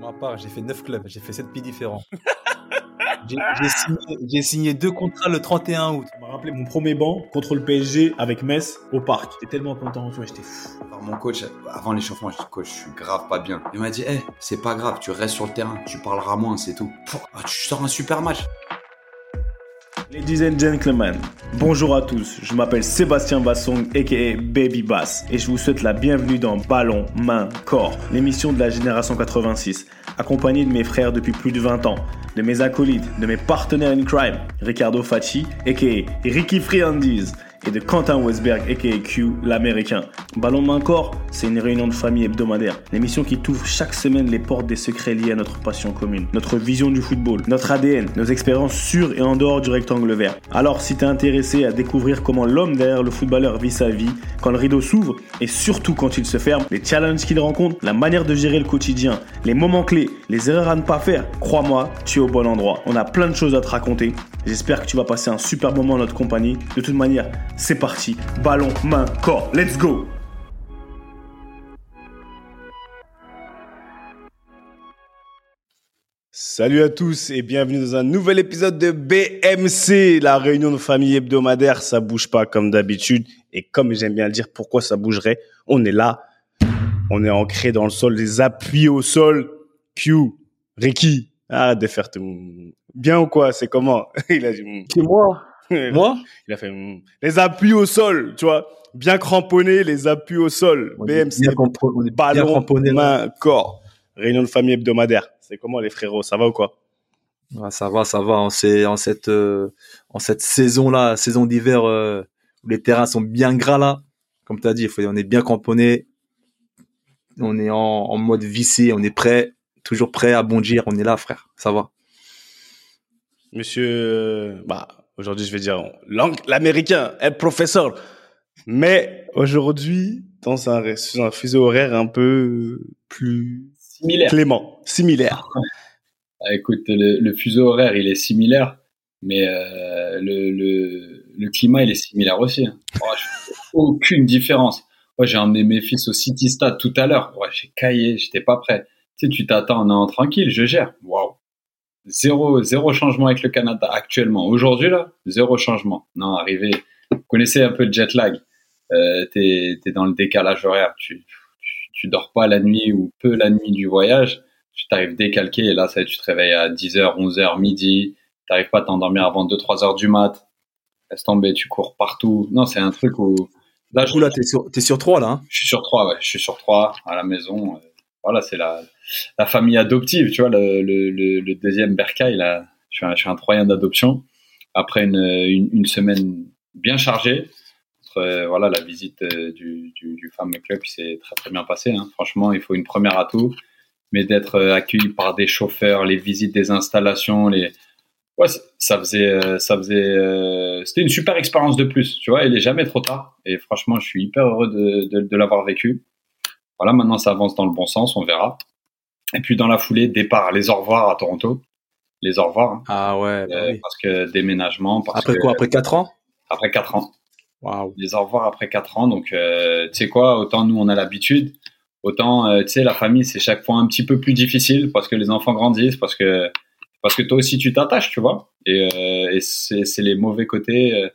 Moi, à part, j'ai fait 9 clubs, j'ai fait 7 pays différents. J'ai signé 2 contrats le 31 août. Ça m'a rappelé mon premier banc contre le PSG avec Metz au parc. J'étais tellement content, tu vois, j'étais fou. Alors mon coach, avant l'échauffement, je dis coach, je suis grave pas bien. Il m'a dit, c'est pas grave, tu restes sur le terrain, tu parleras moins, c'est tout. Tu sors un super match. Ladies and gentlemen, bonjour à tous, je m'appelle Sébastien Bassong aka Baby Bass et je vous souhaite la bienvenue dans Ballon, Main, Corps, l'émission de la génération 86, accompagné de mes frères depuis plus de 20 ans, de mes acolytes, de mes partenaires in crime, Ricardo Facci aka Ricky Friandise et de Quentin Westberg aka Q, l'américain. Ballon, Main, Corps, c'est une réunion de famille hebdomadaire, l'émission qui t'ouvre chaque semaine les portes des secrets liés à notre passion commune, notre vision du football, notre ADN, nos expériences sur et en dehors du rectangle vert. Alors si t'es intéressé à découvrir comment l'homme derrière le footballeur vit sa vie, quand le rideau s'ouvre et surtout quand il se ferme, les challenges qu'il rencontre, la manière de gérer le quotidien, les moments clés, les erreurs à ne pas faire, crois-moi, tu es au bon endroit. On a plein de choses à te raconter. J'espère que tu vas passer un super moment en notre compagnie. De toute manière, c'est parti. Ballon, main, corps. Let's go! Salut à tous et bienvenue dans un nouvel épisode de BMC, la réunion de famille hebdomadaire. Ça bouge pas comme d'habitude. Et comme j'aime bien le dire, pourquoi ça bougerait? On est là. On est ancré dans le sol, des appuis au sol. Q, Ricky. Arrête de faire tout. Bien ou quoi? C'est comment? Il a dit. C'est moi. Moi? Il a fait les appuis au sol, tu vois. Bien cramponné, les appuis au sol. BMC, ballon, main, corps. Réunion de famille hebdomadaire. C'est comment les frérots? Ça va ou quoi? Ah, ça va. En cette saison-là, saison d'hiver, où les terrains sont bien gras là. Comme tu as dit, on est bien cramponné. On est en mode vissé, on est prêt. Toujours prêt à bondir. On est là, frère. Ça va. Monsieur, aujourd'hui, je vais dire l'américain, el professeur. Mais aujourd'hui, dans un fuseau horaire un peu plus similaire. Écoute, le fuseau horaire, il est similaire, mais le climat, il est similaire aussi. Hein. Je fais aucune différence. Moi, j'ai emmené mes fils au City Stade tout à l'heure. J'ai caillé, j'étais pas prêt. Tu sais, tu t'attends, non, tranquille, je gère. Waouh. Zéro changement avec le Canada actuellement. Aujourd'hui, là, zéro changement. Non, arrivé. Vous connaissez un peu le jet lag. T'es dans le décalage horaire. Tu dors pas la nuit ou peu la nuit du voyage. Tu t'arrives décalqué et là, tu te réveilles à 10h, 11h, midi. T'arrives pas à t'endormir avant 2-3 heures du mat. Laisse tomber, tu cours partout. Non, c'est un truc où... Là, t'es sur 3, là, hein? Je suis sur 3, ouais. Je suis sur 3 à la maison. Voilà, c'est la famille adoptive, tu vois, le deuxième bercail, là. Je suis un Troyen d'adoption. Après une semaine bien chargée, voilà, la visite du fameux club qui s'est très très bien passée. Hein. Franchement, il faut une première atout, mais d'être accueilli par des chauffeurs, les visites des installations, ouais, c'était une super expérience de plus. Tu vois, il est jamais trop tard. Et franchement, je suis hyper heureux de l'avoir vécu. Voilà, maintenant ça avance dans le bon sens, on verra. Et puis dans la foulée, départ, les au revoir à Toronto. Les au revoir. Hein. Ah ouais. Oui. Parce que déménagement. Après 4 ans? Après 4 ans. Waouh. Les au revoir après 4 ans. Donc, tu sais quoi, autant nous on a l'habitude, autant, tu sais, la famille c'est chaque fois un petit peu plus difficile parce que les enfants grandissent, parce que toi aussi tu t'attaches, tu vois. Et c'est les mauvais côtés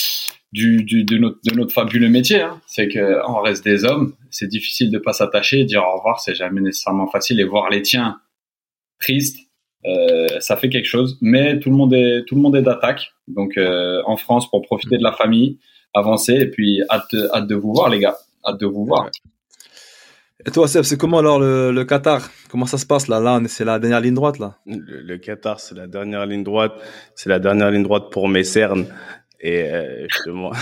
de notre fabuleux métier. Hein. C'est qu'on reste des hommes, c'est difficile de pas s'attacher, dire au revoir, c'est jamais nécessairement facile, et voir les tiens tristes, ça fait quelque chose. Mais tout le monde est d'attaque. Donc en France, pour profiter de la famille, avancer, et puis hâte de vous voir, les gars. Hâte de vous voir. Et toi, Seb, c'est comment alors le Qatar? Comment ça se passe là, c'est la dernière ligne droite là. Le Qatar, c'est la dernière ligne droite. C'est la dernière ligne droite pour mes cernes. Et justement.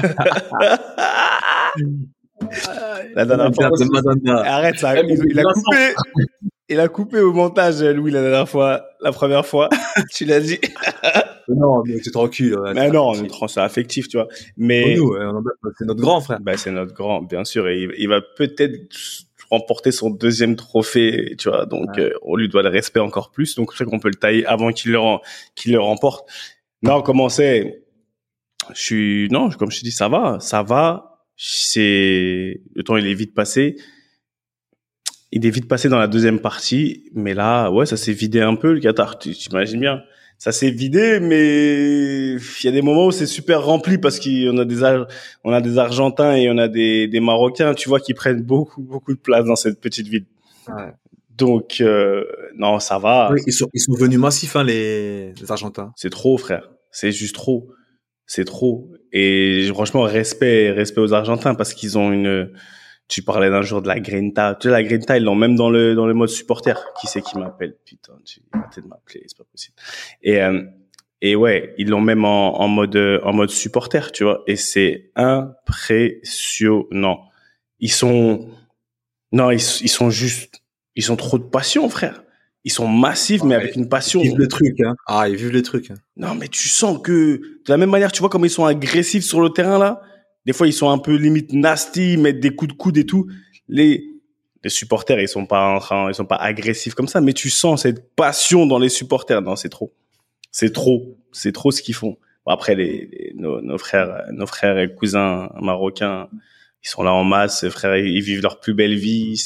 La dernière fois. Arrête ça. Il a coupé au montage, Louis, la dernière fois. La première fois. Tu l'as dit. Non, mais c'est tranquille. Ouais, mais non, c'est affectif, tu vois. Mais. Pour nous, c'est notre grand frère. C'est notre grand, bien sûr. Et il va peut-être remporter son deuxième trophée, tu vois. Donc, on lui doit le respect encore plus. Donc, je sais qu'on peut le tailler avant qu'il le remporte. Non, comment c'est? Comme je te dis, ça va. Le temps, il est vite passé. il est vite passé dans la deuxième partie, mais là, ouais, ça s'est vidé un peu le Qatar. Tu t'imagines bien. Ça s'est vidé, mais il y a des moments où c'est super rempli parce qu'on a on a des Argentins et on a des Marocains, tu vois, qui prennent beaucoup de place dans cette petite ville. Ouais. Donc non, ça va. Oui, ils sont venus massifs, hein, les Argentins. C'est trop, frère. C'est juste trop. C'est trop. Et franchement, respect aux Argentins parce qu'ils ont tu parlais d'un jour de la Grinta. Tu sais, la Grinta, ils l'ont même dans le mode supporter. Qui c'est qui m'appelle? Putain, j'ai arrêté de m'appeler, c'est pas possible. Et ouais, ils l'ont même en mode supporter, tu vois. Et c'est impressionnant. Ils sont trop de passion, frère. Ils sont massifs, mais avec une passion. Ils vivent le truc, hein. Ah, ils vivent le truc. Hein. Non, mais tu sens que, de la même manière, tu vois comme ils sont agressifs sur le terrain, là. Des fois, ils sont un peu limite nasty, ils mettent des coups de coude et tout. Les supporters, ils sont pas agressifs comme ça, mais tu sens cette passion dans les supporters. Non, c'est trop. C'est trop ce qu'ils font. Bon, après, nos frères et cousins marocains, ils sont là en masse, frère, ils vivent leur plus belle vie,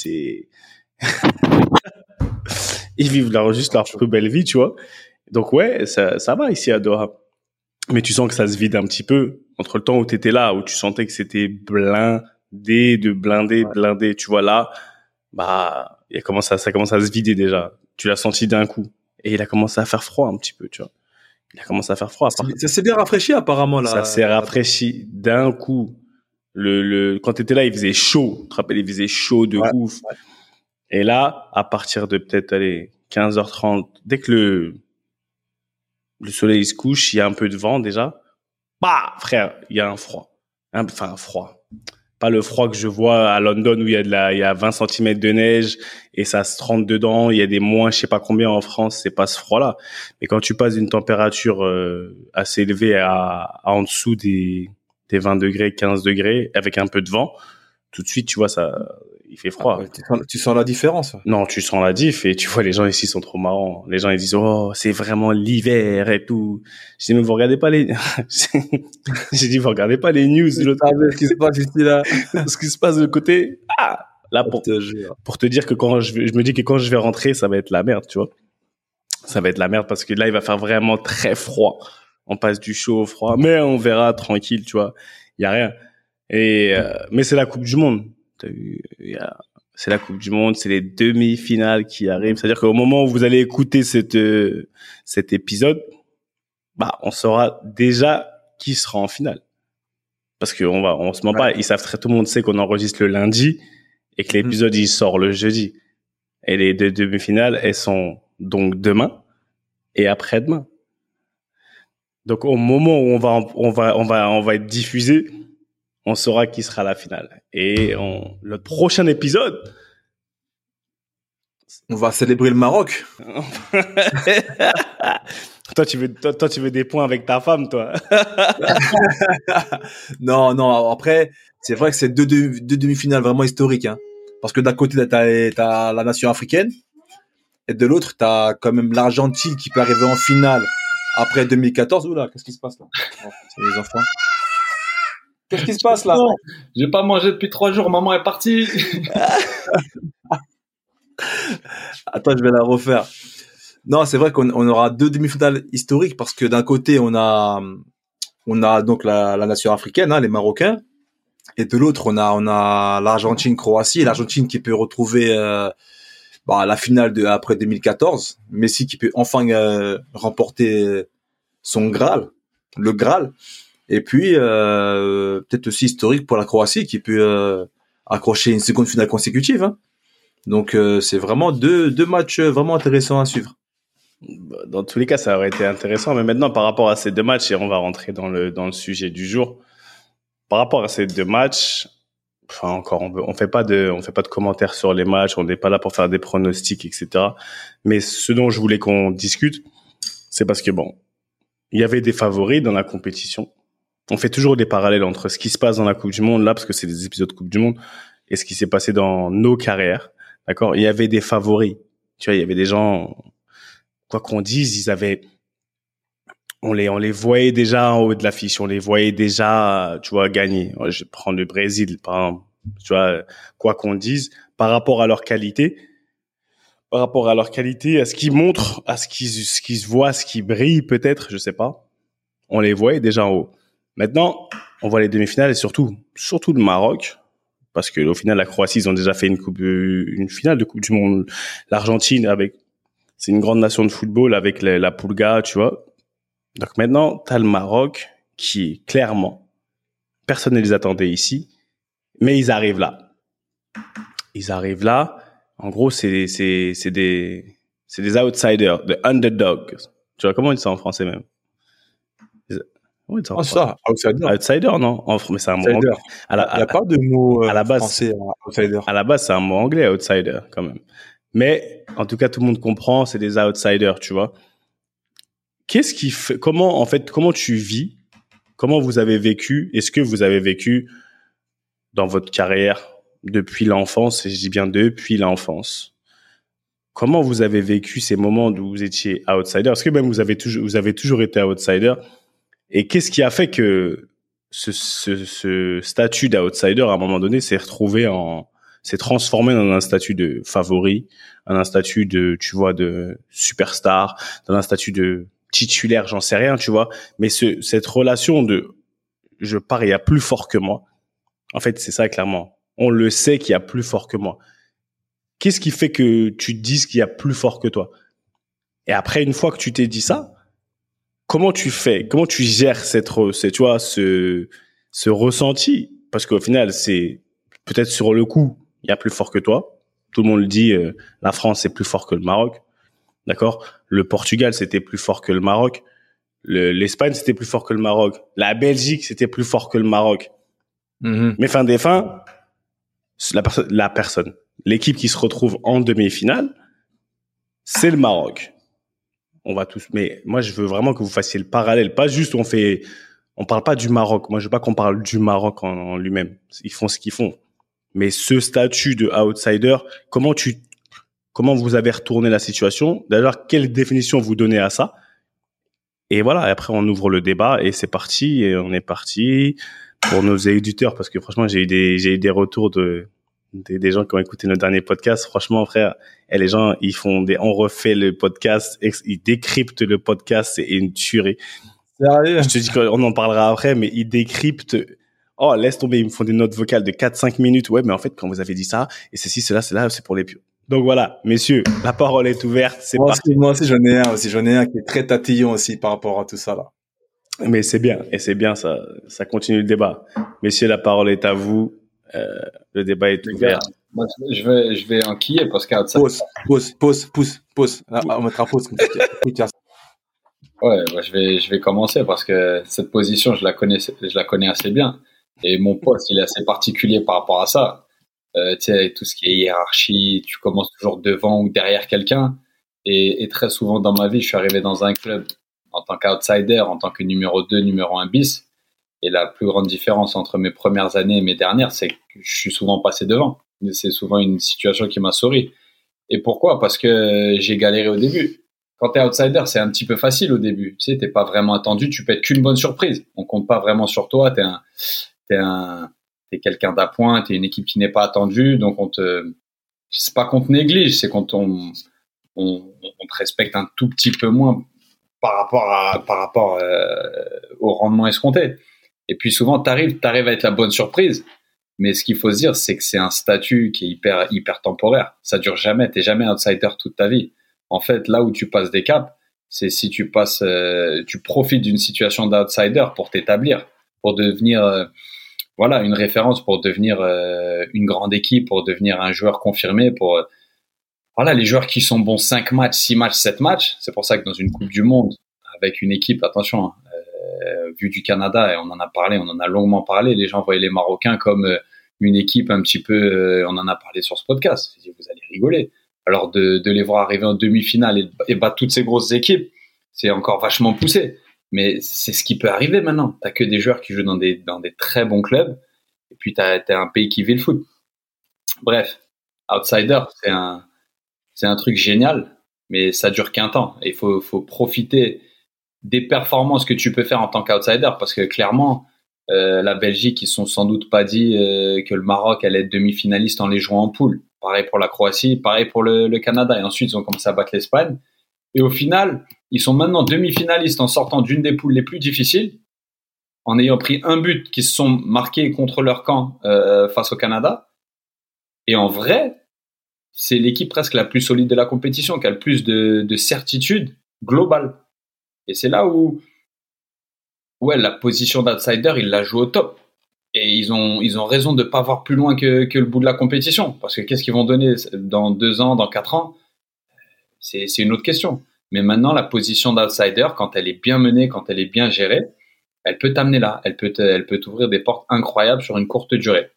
ils vivent juste leur plus belle vie, tu vois. Donc ouais, ça va ici à Doha. Mais tu sens que ça se vide un petit peu entre le temps où t'étais là, où tu sentais que c'était blindé, tu vois là, bah, ça commence à se vider déjà. Tu l'as senti d'un coup. Et il a commencé à faire froid un petit peu, tu vois. Il a commencé à faire froid. Ça s'est bien rafraîchi apparemment là. Ça s'est rafraîchi d'un coup. Quand t'étais là, il faisait chaud. Tu te rappelles, il faisait chaud de ouf. Ouais. Et là, à partir de peut-être, 15h30, dès que le soleil se couche, il y a un peu de vent déjà. Bah, frère, il y a un froid. Enfin, un froid. Pas le froid que je vois à London où il y a 20 cm de neige et ça se trempe dedans. Il y a des moins, je sais pas combien en France, c'est pas ce froid-là. Mais quand tu passes d'une température assez élevée à en dessous des 20 degrés, 15 degrés, avec un peu de vent, tout de suite, tu vois, il fait froid. Ah ouais, tu sens la différence. Non, tu sens la diff et tu vois, les gens ici sont trop marrants. Les gens, ils disent, oh, c'est vraiment l'hiver et tout. Je dis, mais vous regardez pas j'ai dit, vous regardez pas les news de l'autre côté. Ce qui se passe ici, là. Ce qui se passe de l'autre côté. Ah! Là, pour te dire que je me dis que quand je vais rentrer, ça va être la merde, tu vois. Ça va être la merde parce que là, il va faire vraiment très froid. On passe du chaud au froid, mais on verra tranquille, tu vois. Il y a rien. Mais c'est la Coupe du Monde. C'est la Coupe du Monde, c'est les demi-finales qui arrivent. C'est-à-dire qu'au moment où vous allez écouter cet épisode, bah, on saura déjà qui sera en finale. Parce on se ment pas, tout le monde sait qu'on enregistre le lundi et que l'épisode, il sort le jeudi. Et les deux demi-finales, elles sont donc demain et après-demain. Donc, au moment où on va être diffusé, on saura qui sera la finale. Et le prochain épisode, on va célébrer le Maroc. Toi, tu veux des points avec ta femme, toi. Non. Après, c'est vrai que c'est deux demi-finales vraiment historiques, hein. Parce que d'un côté, t'as la nation africaine, et de l'autre, t'as quand même l'Argentine qui peut arriver en finale après 2014. Oula, qu'est-ce qui se passe là? C'est les enfants. Qu'est-ce qui se passe là? J'ai pas mangé depuis 3 jours, maman est partie. Attends, je vais la refaire. Non, c'est vrai qu'on aura deux demi-finales historiques parce que d'un côté, on a donc la nation africaine, hein, les Marocains, et de l'autre, on a l'Argentine-Croatie, l'Argentine qui peut retrouver la finale après 2014, Messi qui peut enfin remporter son Graal, le Graal. Et puis, peut-être aussi historique pour la Croatie qui peut accrocher une seconde finale consécutive. Hein. Donc, c'est vraiment deux matchs vraiment intéressants à suivre. Dans tous les cas, ça aurait été intéressant. Mais maintenant, par rapport à ces deux matchs, et on va rentrer dans le sujet du jour. Par rapport à ces deux matchs, on fait pas de commentaires sur les matchs. On n'est pas là pour faire des pronostics, etc. Mais ce dont je voulais qu'on discute, c'est parce que il y avait des favoris dans la compétition. On fait toujours des parallèles entre ce qui se passe dans la Coupe du Monde, là, parce que c'est des épisodes Coupe du Monde, et ce qui s'est passé dans nos carrières. D'accord? Il y avait des favoris. Tu vois, il y avait des gens, quoi qu'on dise, on les voyait déjà en haut de l'affiche. On les voyait déjà, tu vois, gagner. Je prends le Brésil, par exemple. Tu vois, quoi qu'on dise, par rapport à leur qualité, à ce qu'ils montrent, à ce qu'ils se voient, ce qui brille peut-être, je sais pas. On les voyait déjà en haut. Maintenant, on voit les demi-finales et surtout le Maroc, parce que au final, la Croatie, ils ont déjà fait une finale de Coupe du Monde. L'Argentine, c'est une grande nation de football avec la Pulga, tu vois. Donc maintenant, t'as le Maroc qui, clairement, personne ne les attendait ici, mais ils arrivent là. En gros, c'est des outsiders, des underdogs. Tu vois, comment on dit ça en français même? Comment on dit ça en français? Outsider, non? Mais c'est un mot anglais. Il n'y a pas de mot à la base, français, outsider. À la base, c'est un mot anglais, outsider, quand même. Mais, en tout cas, tout le monde comprend, c'est des outsiders, tu vois. Qu'est-ce qui fait, comment tu vis? Comment vous avez vécu? Est-ce que vous avez vécu dans votre carrière depuis l'enfance? Et je dis bien depuis l'enfance. Comment vous avez vécu ces moments où vous étiez outsider? Est-ce que même vous avez toujours été outsider? Et qu'est-ce qui a fait que ce statut d'outsider, à un moment donné, s'est transformé dans un statut de favori, dans un statut de superstar, dans un statut de titulaire, j'en sais rien, tu vois. Mais cette relation de je pars, il y a plus fort que moi. En fait, c'est ça, clairement. On le sait qu'il y a plus fort que moi. Qu'est-ce qui fait que tu te dises qu'il y a plus fort que toi? Et après, une fois que tu t'es dit ça, comment tu fais? Comment tu gères ce ressenti? Parce qu'au final, c'est peut-être sur le coup, il y a plus fort que toi. Tout le monde le dit, la France c'est plus fort que le Maroc. D'accord? Le Portugal, c'était plus fort que le Maroc. L'Espagne, c'était plus fort que le Maroc. La Belgique, c'était plus fort que le Maroc. Mm-hmm. Mais fin des fins, l'équipe qui se retrouve en demi-finale, c'est le Maroc. Mais moi, je veux vraiment que vous fassiez le parallèle. Pas juste on parle pas du Maroc. Moi, je veux pas qu'on parle du Maroc en lui-même. Ils font ce qu'ils font. Mais ce statut de outsider, comment vous avez retourné la situation? D'ailleurs, quelle définition vous donnez à ça? Et voilà, après, on ouvre le débat et c'est parti. Et on est parti pour nos éditeurs parce que franchement, j'ai eu des retours des gens qui ont écouté notre dernier podcast. Franchement, frère, les gens, on refait le podcast, ils décryptent le podcast, c'est une tuerie. Sérieux? Je te dis qu'on en parlera après, mais ils décryptent. Oh, laisse tomber, ils me font des notes vocales de 4-5 minutes. Ouais, mais en fait, quand vous avez dit ça, et ceci, cela, c'est pour les pieux. Donc voilà, messieurs, la parole est ouverte, c'est parti. Moi aussi, j'en ai un qui est très tatillon aussi par rapport à tout ça, là. Mais c'est bien, ça continue le débat. Messieurs, la parole est à vous. Le débat est ouvert. Moi, je vais enquiller parce qu'à ça. Pause. Là, on mettra pause. Ouais, je vais commencer parce que cette position, je la connais assez bien. Et mon poste, il est assez particulier par rapport à ça. Tu sais, tout ce qui est hiérarchie, tu commences toujours devant ou derrière quelqu'un. Et très souvent dans ma vie, je suis arrivé dans un club en tant qu'outsider, en tant que numéro 2, numéro 1 bis. Et la plus grande différence entre mes premières années et mes dernières, c'est que je suis souvent passé devant. C'est souvent une situation qui m'a souri. Et pourquoi? Parce que j'ai galéré au début. Quand t'es outsider, c'est un petit peu facile au début. Tu sais, t'es pas vraiment attendu, tu peux être qu'une bonne surprise. On compte pas vraiment sur toi, t'es quelqu'un d'appoint, t'es une équipe qui n'est pas attendue, donc c'est pas qu'on te néglige, c'est qu'on on te respecte un tout petit peu moins par rapport au rendement escompté. Et puis souvent, t'arrives à être la bonne surprise. Mais ce qu'il faut se dire, c'est que c'est un statut qui est hyper temporaire. Ça dure jamais. T'es jamais outsider toute ta vie. En fait, là où tu passes des caps, c'est si tu profites d'une situation d'outsider pour t'établir, pour devenir, une référence, pour devenir une grande équipe, pour devenir un joueur confirmé, les joueurs qui sont bons 5 matchs, 6 matchs, 7 matchs. C'est pour ça que dans une Coupe du Monde, avec une équipe, attention, vue du Canada, et on en a longuement parlé, les gens voyaient les Marocains comme une équipe un petit peu, on en a parlé sur ce podcast, vous allez rigoler. Alors de les voir arriver en demi-finale et battre toutes ces grosses équipes, c'est encore vachement poussé. Mais c'est ce qui peut arriver maintenant. T'as que des joueurs qui jouent dans des très bons clubs, et puis t'as un pays qui vit le foot. Bref, outsider, c'est un truc génial, mais ça dure qu'un temps. Et il faut profiter des performances que tu peux faire en tant qu'outsider, parce que clairement, la Belgique, ils sont sans doute pas dit que le Maroc allait être demi-finaliste en les jouant en poule. pareil pour la Croatie, pareil pour le Canada. Et ensuite, ils ont commencé à battre l'Espagne. Et au final, ils sont maintenant demi-finalistes en sortant d'une des poules les plus difficiles, en ayant pris un but qui se sont marqués contre leur camp face au Canada. Et en vrai, c'est l'équipe presque la plus solide de la compétition, qui a le plus de certitude globale. Et c'est là où la position d'outsider, ils la jouent au top. Et ils ont raison de ne pas voir plus loin que le bout de la compétition. Parce que qu'est-ce qu'ils vont donner dans 2 ans, dans 4 ans? C'est une autre question. Mais maintenant, la position d'outsider, quand elle est bien menée, quand elle est bien gérée, elle peut t'amener là. Elle peut t'ouvrir des portes incroyables sur une courte durée.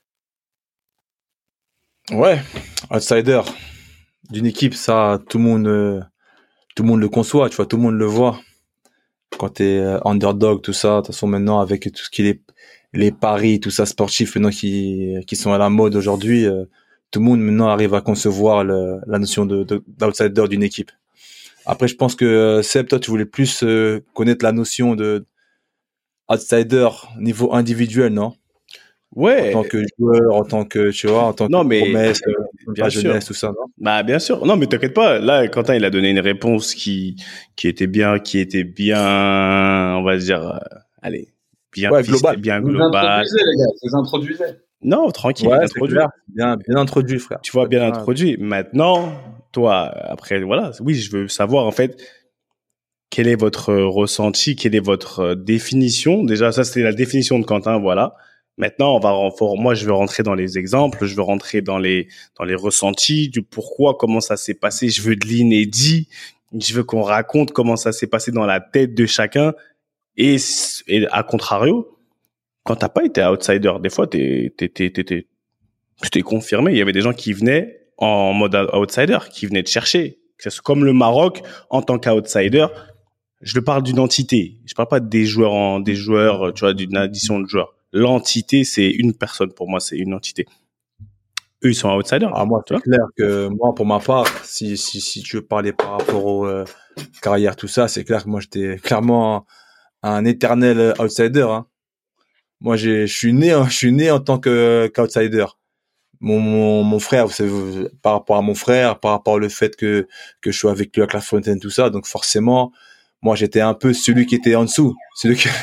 Ouais, outsider d'une équipe, ça, tout le monde le conçoit, tu vois, tout le monde le voit. Quand t'es underdog, tout ça, de toute façon maintenant avec tout ce qui est les paris, tout ça sportif maintenant qui sont à la mode aujourd'hui, tout le monde maintenant arrive à concevoir la notion d'outsider d'une équipe. Après, je pense que Seb, toi, tu voulais plus connaître la notion de outsider niveau individuel, non? Ouais. En tant que joueur, en tant que, tu vois, en tant que promesse, bien la sûr. jeunesse, tout ça, non? Bah, bien sûr. Non, mais t'inquiète pas. Là, Quentin, il a donné une réponse qui était bien, on va dire, allez, bien global. bien Vous global. introduisez, les gars, vous introduisez. Non, tranquille, Ouais, introduit. Bien introduit, frère. Tu vois, bien introduit. Maintenant, toi, après, voilà. Oui, je veux savoir, en fait, quel est votre ressenti, quelle est votre définition. Déjà, ça, c'était la définition de Quentin, voilà. Maintenant, moi, je veux rentrer dans les exemples, je veux rentrer dans les ressentis du pourquoi, comment ça s'est passé. Je veux de l'inédit. Je veux qu'on raconte comment ça s'est passé dans la tête de chacun. Et à contrario, quand t'as pas été outsider, des fois, t'es confirmé. Il y avait des gens qui venaient en mode outsider, qui venaient te chercher. C'est comme le Maroc, en tant qu'outsider. Je parle d'une entité. Je parle pas des joueurs, tu vois, d'une addition de joueurs. L'entité, c'est une personne. Pour moi, c'est une entité. Eux, ils sont outsiders. Ah, moi, c'est clair que moi, pour ma part, si tu veux parler par rapport aux carrières, tout ça, c'est clair que moi, j'étais clairement un éternel outsider, hein. Moi, je suis né en tant qu'outsider. Mon frère, vous savez, par rapport à mon frère, par rapport au fait que je suis avec lui à Clairefontaine, tout ça, donc forcément, moi, j'étais un peu celui qui était en dessous. Celui qui...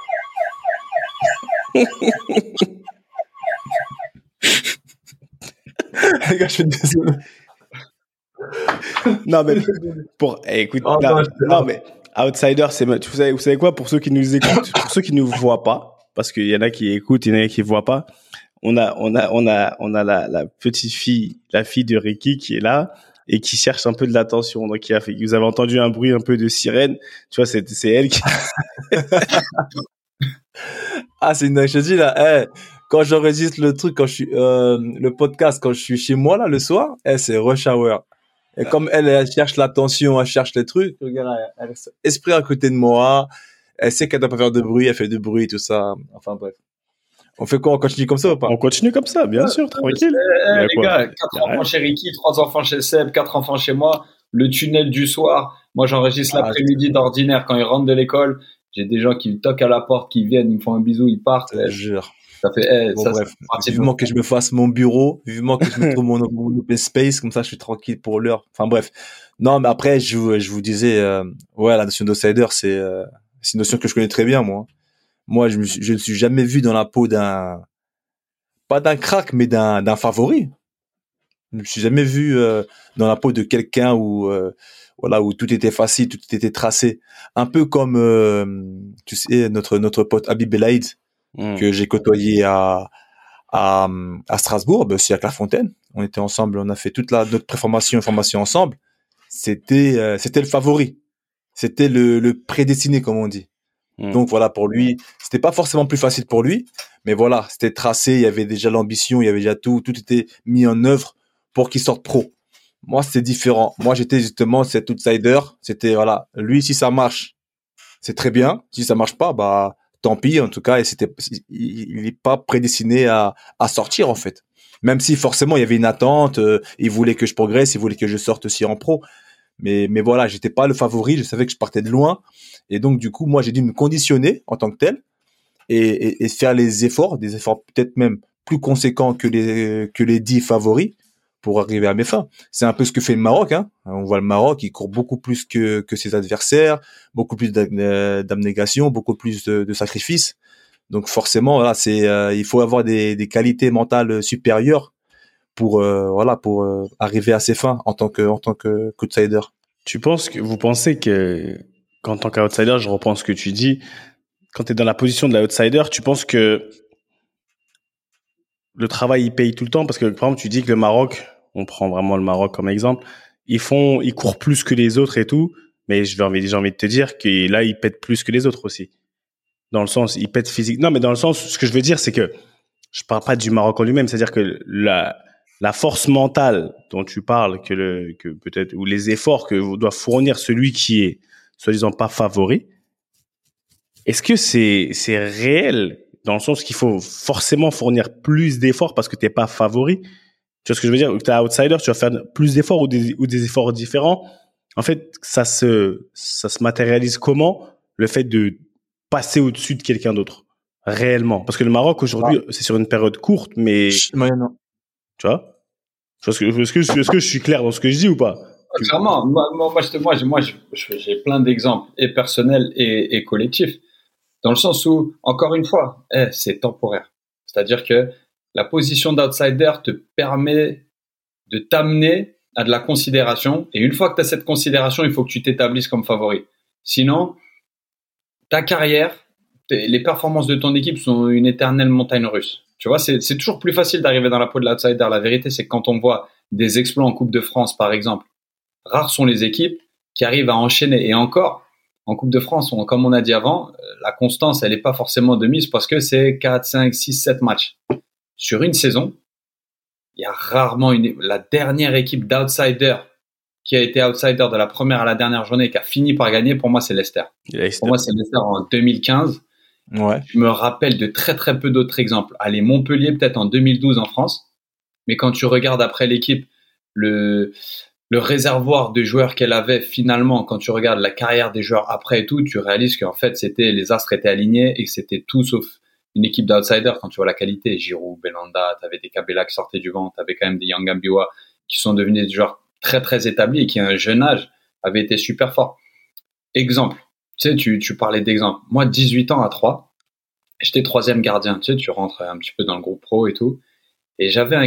Les gars, je suis désolé. Non, mais écoute, mais outsider, vous savez quoi, pour ceux qui nous écoutent, pour ceux qui ne nous voient pas, parce qu'il y en a qui écoutent, il y en a qui ne voient pas, on a la petite fille, la fille de Ricky qui est là et qui cherche un peu de l'attention. Donc, vous avez entendu un bruit un peu de sirène. Tu vois, c'est elle qui... Ah, c'est une dingue. Je te dis, là, quand j'enregistre le truc, quand je suis, le podcast, quand je suis chez moi, là, le soir, c'est rush hour. Et comme elle cherche l'attention, elle cherche les trucs, regarde, elle reste esprit à côté de moi, elle sait qu'elle doit pas faire de bruit, elle fait du bruit, tout ça. Enfin, bref. On fait quoi? On continue comme ça ou pas? On continue comme ça, bien sûr, tranquille. Les gars, 4 enfants chez Ricky, 3 enfants chez Seb, 4 enfants chez moi. Le tunnel du soir. Moi, j'enregistre l'après-midi d'ordinaire quand ils rentrent de l'école. J'ai des gens qui me toquent à la porte, qui viennent, ils me font un bisou, ils partent. Je jure. Ça fait, bon, bref. Vivement que je me fasse mon bureau, vivement que je me trouve mon open space, comme ça je suis tranquille pour l'heure. Enfin bref. Non, mais après, je vous disais, la notion d'outsider, c'est une notion que je connais très bien, moi. Moi, je ne suis jamais vu dans la peau pas d'un crack, mais d'un favori. Je ne me suis jamais vu dans la peau de quelqu'un où tout était facile, tout était tracé. Un peu comme, tu sais, notre pote Habib Belaïd, que j'ai côtoyé à Strasbourg, aussi à Clairefontaine. On était ensemble, on a fait toute notre préformation et formation ensemble. C'était le favori. C'était le prédestiné, comme on dit. Donc voilà, pour lui, c'était pas forcément plus facile pour lui, mais voilà, c'était tracé, il y avait déjà l'ambition, il y avait déjà tout était mis en œuvre pour qu'il sorte pro. Moi, c'était différent. Moi, j'étais justement cet outsider. C'était, voilà, lui, si ça marche, c'est très bien. Si ça marche pas, bah, tant pis. En tout cas, il est pas prédestiné à sortir, en fait. Même si forcément, il y avait une attente, il voulait que je progresse, il voulait que je sorte aussi en pro. Mais voilà, j'étais pas le favori, je savais que je partais de loin. Et donc, du coup, moi, j'ai dû me conditionner en tant que tel et faire des efforts peut-être même plus conséquents que les 10 favoris pour arriver à mes fins. C'est un peu ce que fait le Maroc, hein. On voit le Maroc, il court beaucoup plus que ses adversaires, beaucoup plus d'abnégation, beaucoup plus de sacrifices. Donc forcément, voilà, il faut avoir des qualités mentales supérieures pour arriver à ses fins en tant qu'outsider. Vous pensez que, qu'en tant qu'outsider, je reprends ce que tu dis, quand tu es dans la position de l'outsider, tu penses que le travail, il paye tout le temps? Parce que, par exemple, tu dis que le Maroc, on prend vraiment le Maroc comme exemple, ils courent plus que les autres et tout, mais j'ai envie de te dire que là, ils pètent plus que les autres aussi. Dans le sens, ils pètent physique. Non, mais dans le sens, ce que je veux dire, c'est que je parle pas du Maroc en lui-même, c'est-à-dire que la force mentale dont tu parles, que peut-être, ou les efforts que doit fournir celui qui est, soi-disant, pas favori, est-ce que c'est réel dans le sens qu'il faut forcément fournir plus d'efforts parce que t'es pas favori? Tu vois ce que je veux dire? Ou que t'es outsider, tu vas faire plus d'efforts ou des efforts différents. En fait, ça se matérialise comment, le fait de passer au-dessus de quelqu'un d'autre? Réellement. Parce que le Maroc, aujourd'hui, c'est sur une période courte, mais, Non. tu vois? Est-ce que je suis clair dans ce que je dis ou pas? Clairement, moi, j'ai plein d'exemples, et personnels et collectifs. Dans le sens où, encore une fois, c'est temporaire. C'est-à-dire que la position d'outsider te permet de t'amener à de la considération. Et une fois que tu as cette considération, il faut que tu t'établisses comme favori. Sinon, ta carrière, les performances de ton équipe sont une éternelle montagne russe. Tu vois, c'est toujours plus facile d'arriver dans la peau de l'outsider. La vérité, c'est que quand on voit des exploits en Coupe de France, par exemple, rares sont les équipes qui arrivent à enchaîner. Et encore, en Coupe de France, comme on a dit avant, la constance, elle n'est pas forcément de mise parce que c'est 4, 5, 6, 7 matchs. Sur une saison, il y a rarement la dernière équipe d'outsider qui a été outsider de la première à la dernière journée et qui a fini par gagner, pour moi, c'est Leicester. Pour moi, c'est Leicester en 2015. Ouais. Je me rappelle de très, très peu d'autres exemples. Allez, Montpellier, peut-être en 2012 en France. Mais quand tu regardes après l'équipe, le réservoir de joueurs qu'elle avait finalement, quand tu regardes la carrière des joueurs après et tout, tu réalises qu'en fait, les astres étaient alignés et que c'était tout sauf une équipe d'outsiders. Quand tu vois la qualité, Giroud, Belhanda, t'avais des Kabela qui sortaient du banc, t'avais quand même des Yang Ambiwa qui sont devenus des joueurs très, très établis et qui, à un jeune âge, avaient été super forts. Exemple. Tu sais, tu parlais d'exemple. Moi, 18 ans à 3, j'étais 3e gardien. Tu sais, tu rentres un petit peu dans le groupe pro et tout. Et j'avais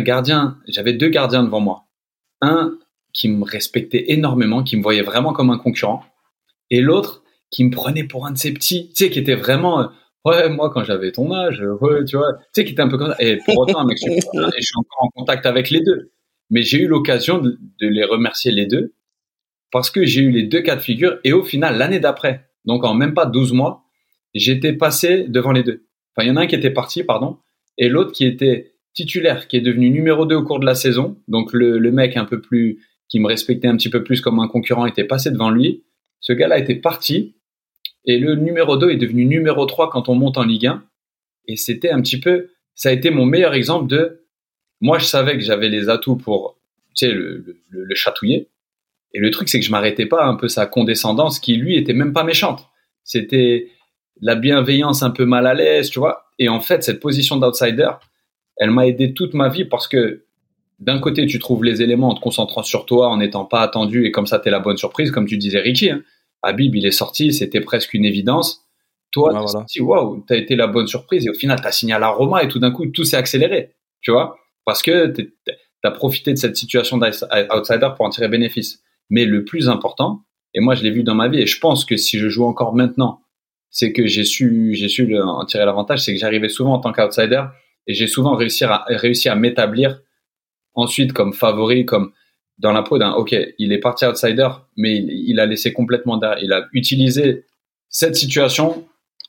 deux gardiens devant moi. Un qui me respectait énormément, qui me voyait vraiment comme un concurrent. Et l'autre qui me prenait pour un de ses petits, tu sais, qui était vraiment, ouais, moi, quand j'avais ton âge, ouais, tu vois, tu sais, qui était un peu comme ça. Et pour autant, un mec super, et je suis encore en contact avec les deux. Mais j'ai eu l'occasion de les remercier les deux parce que j'ai eu les deux cas de figure. Et au final, l'année d'après, donc en même pas 12 mois, j'étais passé devant les deux. Enfin, il y en a un qui était parti, pardon, et l'autre qui était titulaire, qui est devenu numéro 2 au cours de la saison. Donc le mec un peu plus, qui me respectait un petit peu plus comme un concurrent, était passé devant lui. Ce gars-là était parti, et le numéro 2 est devenu numéro 3 quand on monte en Ligue 1. Et c'était un petit peu, ça a été mon meilleur exemple de, moi je savais que j'avais les atouts pour, tu sais, le chatouiller. Et le truc, c'est que je m'arrêtais pas un peu sa condescendance qui, lui, était même pas méchante. C'était la bienveillance un peu mal à l'aise, tu vois. Et en fait, cette position d'outsider, elle m'a aidé toute ma vie parce que d'un côté, tu trouves les éléments en te concentrant sur toi, en n'étant pas attendu, et comme ça, t'es la bonne surprise, comme tu disais, Ricky. Hein. Habib, il est sorti, c'était presque une évidence. Toi, t'es sorti, waouh, t'as été la bonne surprise, et au final, t'as signé à la Roma, et tout d'un coup, tout s'est accéléré, tu vois, parce que t'as profité de cette situation d'outsider pour en tirer bénéfice. Mais le plus important, et moi, je l'ai vu dans ma vie, et je pense que si je joue encore maintenant, c'est que j'ai su en tirer l'avantage, c'est que j'arrivais souvent en tant qu'outsider, et j'ai souvent réussi à m'établir ensuite comme favori, comme dans la peau d'un, ok, il est parti outsider, mais il a laissé complètement derrière. Il a utilisé cette situation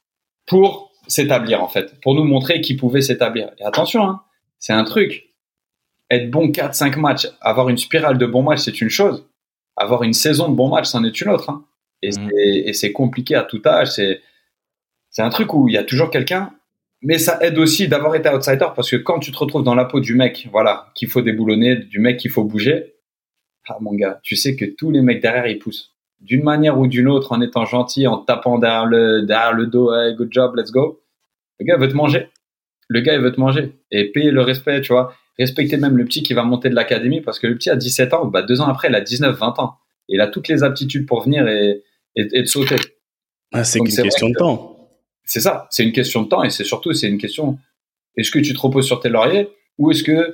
pour s'établir, en fait, pour nous montrer qu'il pouvait s'établir. Et attention, hein, c'est un truc. Être bon 4-5 matchs, avoir une spirale de bons matchs, c'est une chose. Avoir une saison de bons matchs, c'en est une autre. Hein. Et c'est compliqué à tout âge. C'est un truc où il y a toujours quelqu'un. Mais ça aide aussi d'avoir été outsider parce que quand tu te retrouves dans la peau du mec, voilà, qu'il faut déboulonner, du mec qu'il faut bouger, ah mon gars, tu sais que tous les mecs derrière, ils poussent. D'une manière ou d'une autre, en étant gentil, en tapant derrière le dos, hey, good job, let's go. Le gars, il veut te manger. Et payer le respect, tu vois. respecter même le petit qui va monter de l'académie, parce que le petit a 17 ans, 2 ans après, il a 19, 20 ans. Et il a toutes les aptitudes pour venir et de sauter. C'est qu'une question de temps. C'est ça, c'est une question de temps, et c'est une question, est-ce que tu te reposes sur tes lauriers, ou est-ce que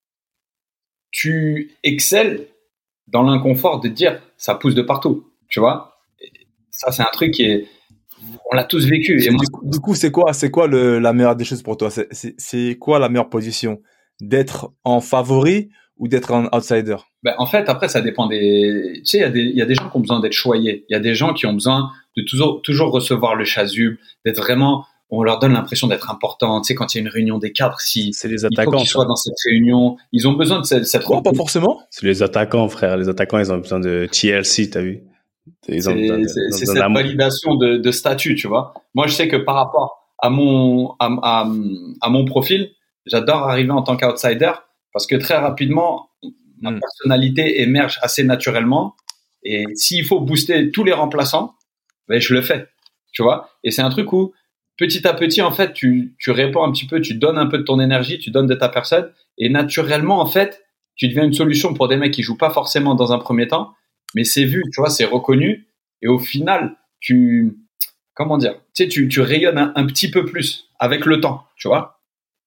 tu excelles dans l'inconfort de te dire, ça pousse de partout, tu vois? Et ça, c'est un truc on l'a tous vécu. Et du coup, c'est quoi la meilleure des choses pour toi? C'est quoi la meilleure position? D'être en favori ou d'être en outsider? En fait, après, ça dépend tu sais, il y a des gens qui ont besoin d'être choyés. Il y a des gens qui ont besoin de toujours recevoir le chasuble, d'être vraiment, on leur donne l'impression d'être important. Tu sais, quand il y a une réunion des cadres, c'est les attaquants, il faut qu'ils soient dans cette réunion, ils ont besoin de cette quoi, pas forcément? C'est les attaquants, frère. Les attaquants, ils ont besoin de TLC, t'as vu? C'est cette validation de statut, tu vois. Moi, je sais que par rapport à mon profil, j'adore arriver en tant qu'outsider parce que très rapidement, ma personnalité émerge assez naturellement. Et s'il faut booster tous les remplaçants, je le fais, tu vois. Et c'est un truc où, petit à petit, en fait, tu réponds un petit peu, tu donnes un peu de ton énergie, tu donnes de ta personne. Et naturellement, en fait, tu deviens une solution pour des mecs qui jouent pas forcément dans un premier temps. Mais c'est vu, tu vois, c'est reconnu. Et au final, comment dire, tu sais, tu rayonnes un petit peu plus avec le temps, tu vois.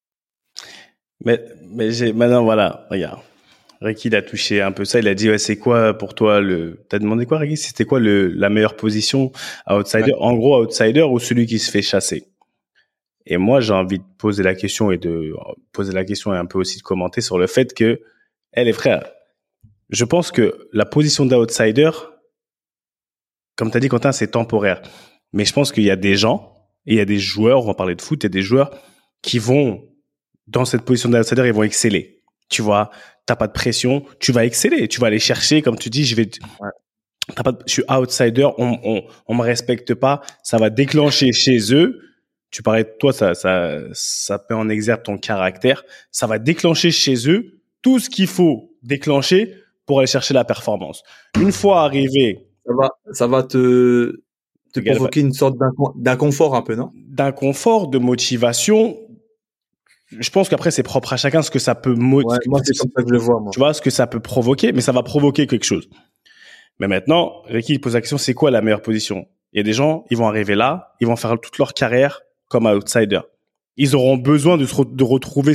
Mais maintenant, voilà, regarde. Ricky, il a touché un peu ça. Il a dit, ouais, c'est quoi pour toi t'as demandé quoi, Ricky? C'était quoi la meilleure position à outsider? Ouais. En gros, outsider ou celui qui se fait chasser? Et moi, j'ai envie de poser la question et un peu aussi de commenter sur le fait que, les frères, je pense que la position d'outsider, comme tu as dit, Quentin, c'est temporaire. Mais je pense qu'il y a des gens, et il y a des joueurs, on va parler de foot, il y a des joueurs qui vont, dans cette position d'outsider, ils vont exceller. Tu vois, t'as pas de pression, tu vas exceller, tu vas aller chercher, comme tu dis, je suis outsider, on me respecte pas, ça va déclencher chez eux. Tu parlais de toi, ça met en exergue ton caractère, ça va déclencher chez eux tout ce qu'il faut déclencher pour aller chercher la performance. Une fois arrivé, ça va te provoquer une sorte d'inconfort un peu, non? D'inconfort, de motivation. Je pense qu'après c'est propre à chacun ce que ça peut moi c'est comme ça que je le vois, moi. Tu vois ce que ça peut provoquer, mais ça va provoquer quelque chose. Mais maintenant, Ricky il pose la question, c'est quoi la meilleure position? Il y a des gens, ils vont arriver là, ils vont faire toute leur carrière comme outsider. Ils auront besoin de retrouver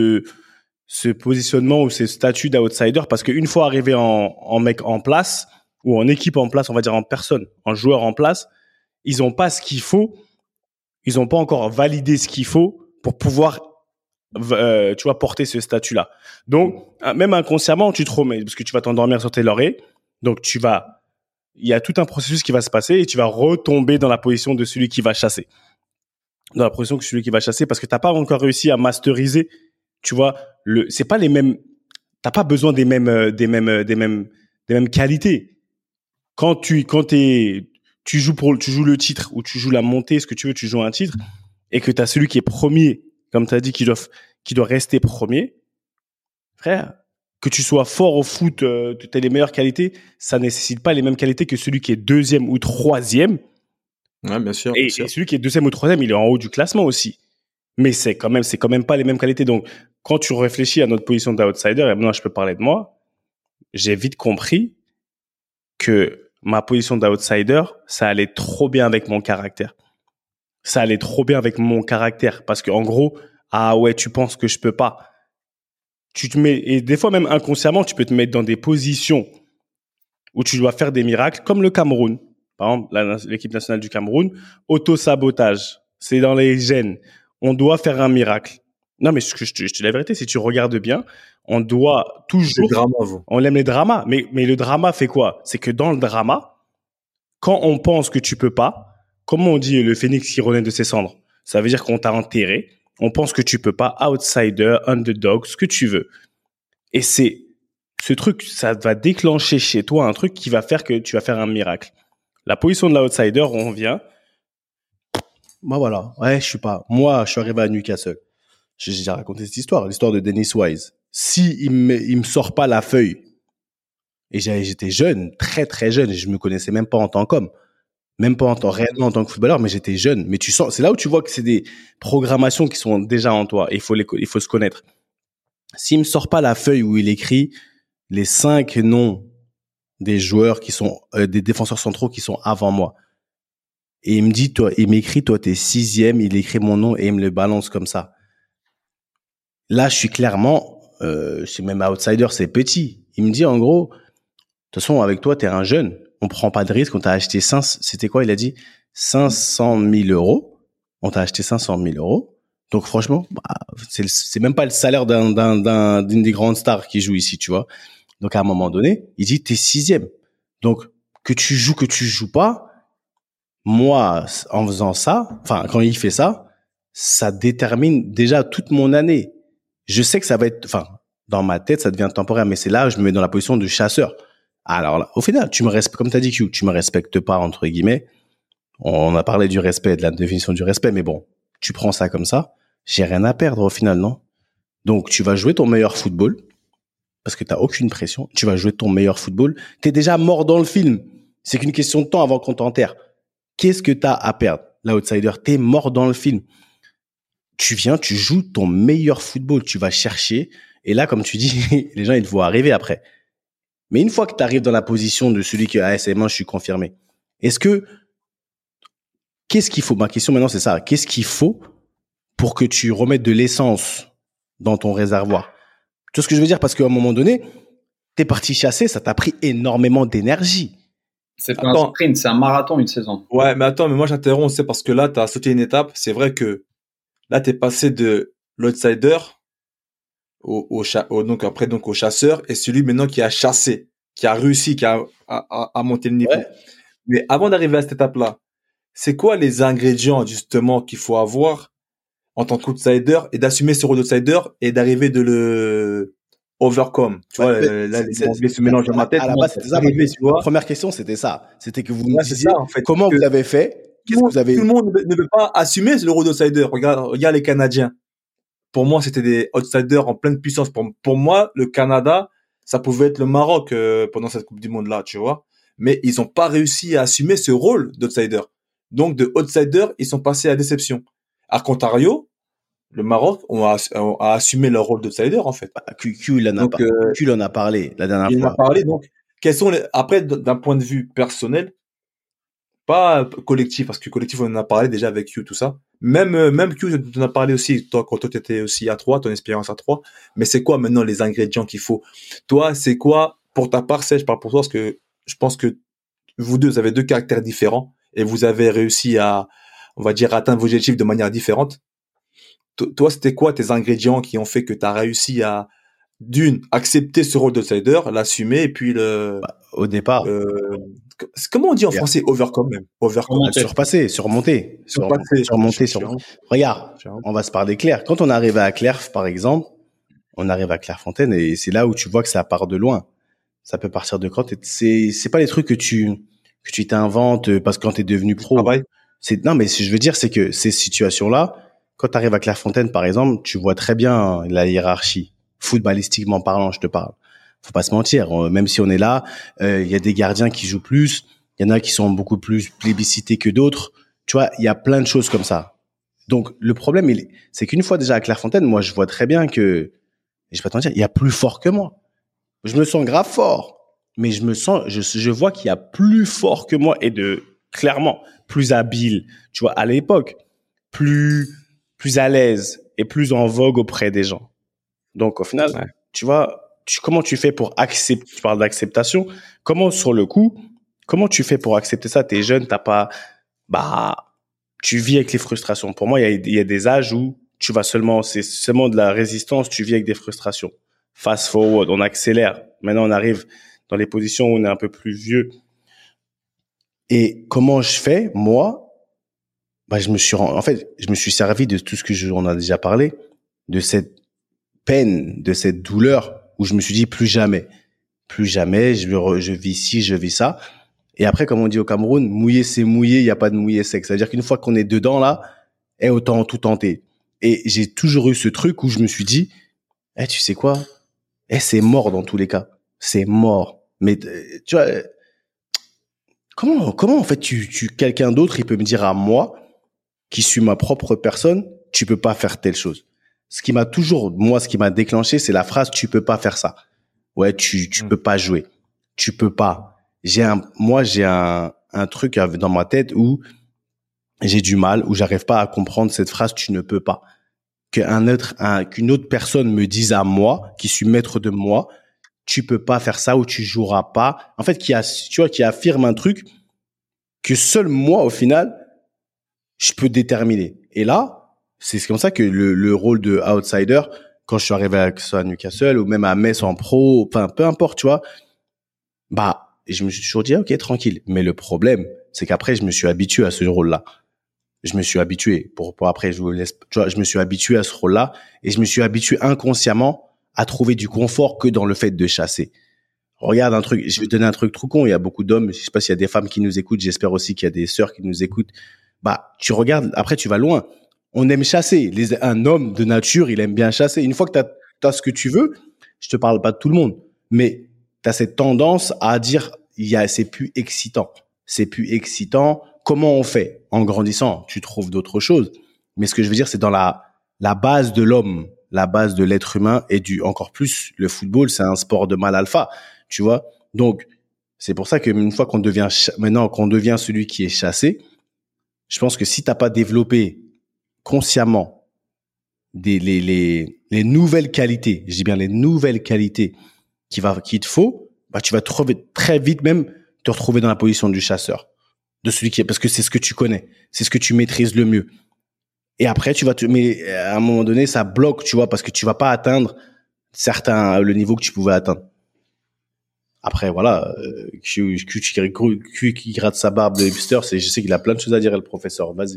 ce positionnement ou ce statut d'outsider parce qu'une fois arrivé en mec en place ou en équipe en place, on va dire en personne, en joueur en place, ils ont pas ce qu'il faut, ils ont pas encore validé ce qu'il faut pour pouvoir tu vois porter ce statut-là. Donc même inconsciemment, tu te remets parce que tu vas t'endormir sur tes lauriers. Donc il y a tout un processus qui va se passer et tu vas retomber dans la position de celui qui va chasser. Dans la position que celui qui va chasser parce que t'as pas encore réussi à masteriser, tu vois, c'est pas les mêmes, t'as pas besoin des mêmes qualités. Quand tu joues le titre ou tu joues la montée, ce que tu veux, tu joues un titre et que t'as celui qui est premier, comme t'as dit, qui doit rester premier, frère, que tu sois fort au foot, t'as les meilleures qualités, ça nécessite pas les mêmes qualités que celui qui est deuxième ou troisième. Ouais, bien sûr. Et celui qui est deuxième ou troisième, il est en haut du classement aussi. Mais c'est quand même pas les mêmes qualités. Donc, quand tu réfléchis à notre position d'outsider, et maintenant je peux parler de moi, j'ai vite compris que ma position d'outsider, ça allait trop bien avec mon caractère. Ça allait trop bien avec mon caractère. Parce que en gros, ah ouais, tu penses que je peux pas. Tu te mets, et des fois même inconsciemment, tu peux te mettre dans des positions où tu dois faire des miracles, comme le Cameroun. Par exemple, l'équipe nationale du Cameroun, auto-sabotage. C'est dans les gènes. On doit faire un miracle. Non, mais je te dis la vérité, si tu regardes bien, on doit toujours... On aime les dramas. Mais le drama fait quoi? C'est que dans le drama, quand on pense que tu peux pas, comment on dit le phénix qui renaît de ses cendres? Ça veut dire qu'on t'a enterré. On pense que tu peux pas, outsider, underdog, ce que tu veux. Et c'est ce truc, ça va déclencher chez toi un truc qui va faire que tu vas faire un miracle. La position de l'outsider, on vient. Bah voilà, ouais, je suis arrivé à Newcastle. J'ai déjà raconté cette histoire, l'histoire de Dennis Wise. Si il me sort pas la feuille, et j'étais jeune, très très jeune, et je me connaissais même pas en tant qu'homme, même pas réellement en tant que footballeur, mais j'étais jeune. Mais tu sens, c'est là où tu vois que c'est des programmations qui sont déjà en toi, et il faut se connaître. S'il me sort pas la feuille où il écrit les 5 noms des joueurs qui sont des défenseurs centraux qui sont avant moi, et il me dit, toi, il m'écrit, toi, t'es 6e, il écrit mon nom et il me le balance comme ça. Là, je suis clairement, je suis même outsider, c'est petit. Il me dit, en gros, de toute façon, avec toi, t'es un jeune. On prend pas de risque. On t'a acheté c'était quoi? Il a dit 500 000 euros. On t'a acheté 500 000 euros. Donc, franchement, c'est même pas le salaire d'une des grandes stars qui joue ici, tu vois. Donc, à un moment donné, il dit, t'es 6e. Donc, que tu joues pas, moi, en faisant ça, enfin, quand il fait ça, ça détermine déjà toute mon année. Je sais que ça va être, enfin, dans ma tête, ça devient temporaire, mais c'est là où je me mets dans la position de chasseur. Alors là, au final, tu me respectes, comme t'as dit, Q, tu me respectes pas, entre guillemets. On a parlé du respect, de la définition du respect, mais bon, tu prends ça comme ça. J'ai rien à perdre au final, non? Donc, tu vas jouer ton meilleur football, parce que t'as aucune pression. Tu vas jouer ton meilleur football. T'es déjà mort dans le film. C'est qu'une question de temps avant qu'on t'enterre. Qu'est-ce que t'as à perdre? L'outsider, t'es mort dans le film. Tu viens, tu joues ton meilleur football. Tu vas chercher. Et là, comme tu dis, les gens, ils te voient arriver après. Mais une fois que tu arrives dans la position de celui qui a c'est moi, je suis confirmé. Qu'est-ce qu'il faut? Ma question maintenant, c'est ça. Qu'est-ce qu'il faut pour que tu remettes de l'essence dans ton réservoir? Tu vois ce que je veux dire? Parce qu'à un moment donné, t'es parti chasser, ça t'a pris énormément d'énergie. C'est pas un sprint, c'est un marathon, une saison. Ouais, mais attends, mais moi j'interromps, c'est parce que là, t'as sauté une étape. C'est vrai que là, t'es passé de l'outsider donc après, donc au chasseur, et celui maintenant qui a chassé, qui a réussi, qui a à monter le niveau. Ouais. Mais avant d'arriver à cette étape-là, c'est quoi les ingrédients, justement, qu'il faut avoir en tant qu'outsider et d'assumer ce rôle d'outsider et d'arriver de le overcome? Tu vois, là, les Anglais se mélangent dans ma tête. À la base, c'était ça. Arriver, tu vois. La première question, c'était ça. C'était que vous me Ouais, c'est disiez ça, en fait. comment Que vous avez fait, qu'est-ce que vous avez... Tout le monde ne veut pas assumer le rôle d'outsider. Regarde les Canadiens. Pour moi, c'était des outsiders en pleine puissance. Pour moi, le Canada, ça pouvait être le Maroc pendant cette Coupe du Monde-là, tu vois. Mais ils n'ont pas réussi à assumer ce rôle d'outsider. Donc, de outsider, ils sont passés à déception. À contrario, le Maroc a assumé leur rôle d'outsider, en fait. Q, il en a parlé la dernière il fois. en a parlé. Donc, quels sont après, d'un point de vue personnel, pas collectif, parce que collectif, on en a parlé déjà avec Q, tout ça. Même Q, tu en as parlé aussi, toi, quand toi, t'étais aussi à 3, ton expérience à 3. Mais c'est quoi maintenant les ingrédients qu'il faut? Toi, c'est quoi, pour ta part, je parle pour toi, parce que je pense que vous deux avez deux caractères différents et vous avez réussi à, on va dire, atteindre vos objectifs de manière différente. Toi, c'était quoi tes ingrédients qui ont fait que tu as réussi à, accepter ce rôle d'outsider, l'assumer, et puis au départ. Comment on dit en français overcome même? Overcome. Surmonter. Regarde, on va se parler clair. Quand on arrive à Clerf, par exemple, on arrive à Clairefontaine et c'est là où tu vois que ça part de loin. Ça peut partir de quand c'est pas les trucs que tu t'inventes parce que quand t'es devenu pro. Non, mais ce que je veux dire, c'est que ces situations-là, quand tu arrives à Clairefontaine, par exemple, tu vois très bien la hiérarchie. Footballistiquement parlant, je te parle. Faut pas se mentir. Même si on est là, il y a des gardiens qui jouent plus. Il y en a qui sont beaucoup plus plébiscités que d'autres. Tu vois, il y a plein de choses comme ça. Donc, le problème, c'est qu'une fois déjà à Clairefontaine, moi, je vois très bien que, je vais pas te mentir, il y a plus fort que moi. Je me sens grave fort. Mais je vois qu'il y a plus fort que moi et clairement, plus habile. Tu vois, à l'époque, plus à l'aise et plus en vogue auprès des gens. Donc, au final, tu vois, comment tu fais pour accepter, tu parles d'acceptation, sur le coup, comment tu fais pour accepter ça? T'es jeune, tu vis avec les frustrations. Pour moi, il y a des âges où c'est seulement de la résistance, tu vis avec des frustrations. Fast forward, on accélère. Maintenant, on arrive dans les positions où on est un peu plus vieux. Et comment je fais? Moi, je me suis servi de tout ce que on a déjà parlé, de cette peine, de cette douleur où je me suis dit plus jamais, je vis ci, je vis ça. Et après, comme on dit au Cameroun, mouiller c'est mouiller, il y a pas de mouiller sec. C'est-à-dire qu'une fois qu'on est dedans là, autant tout tenter. Et j'ai toujours eu ce truc où je me suis dit, tu sais quoi, c'est mort dans tous les cas, c'est mort. Mais tu vois, comment en fait quelqu'un d'autre il peut me dire à moi qui suis ma propre personne, tu peux pas faire telle chose. ce qui m'a déclenché, c'est la phrase, tu peux pas faire ça. Ouais, tu peux pas jouer. Tu peux pas. J'ai un truc dans ma tête où j'ai du mal, où j'arrive pas à comprendre cette phrase, tu ne peux pas. Qu'une autre personne me dise à moi, qui suis maître de moi, tu peux pas faire ça ou tu joueras pas. En fait, qui affirme un truc que seul moi, au final, je peux déterminer. Et là, c'est comme ça que le rôle de outsider, quand je suis arrivé à Newcastle ou même à Metz en pro, enfin, peu importe, tu vois, je me suis toujours dit, ok, tranquille. Mais le problème, c'est qu'après, je me suis habitué à ce rôle-là. Je me suis habitué pour après, je me suis habitué à ce rôle-là et je me suis habitué inconsciemment à trouver du confort que dans le fait de chasser. Regarde un truc, je vais te donner un truc trop con. Il y a beaucoup d'hommes, je sais pas s'il y a des femmes qui nous écoutent, j'espère aussi qu'il y a des sœurs qui nous écoutent. Tu regardes, après tu vas loin. On aime chasser. Un homme de nature, il aime bien chasser. Une fois que t'as ce que tu veux, je te parle pas de tout le monde, mais t'as cette tendance à dire, c'est plus excitant. C'est plus excitant. Comment on fait? En grandissant, tu trouves d'autres choses. Mais ce que je veux dire, c'est dans la base de l'homme, la base de l'être humain et encore plus, le football, c'est un sport de mâle alpha, tu vois. Donc, c'est pour ça que une fois qu'on devient celui qui est chassé, je pense que si t'as pas développé consciemment les nouvelles qualités, je dis bien les nouvelles qualités qu'il te faut, tu vas trouver très vite même te retrouver dans la position du chasseur, de celui parce que c'est ce que tu connais, c'est ce que tu maîtrises le mieux. Et après, mais à un moment donné, ça bloque, tu vois, parce que tu vas pas atteindre le niveau que tu pouvais atteindre. Après, voilà, Q qui gratte sa barbe de hipster, je sais qu'il a plein de choses à dire, le professeur. Vas-y.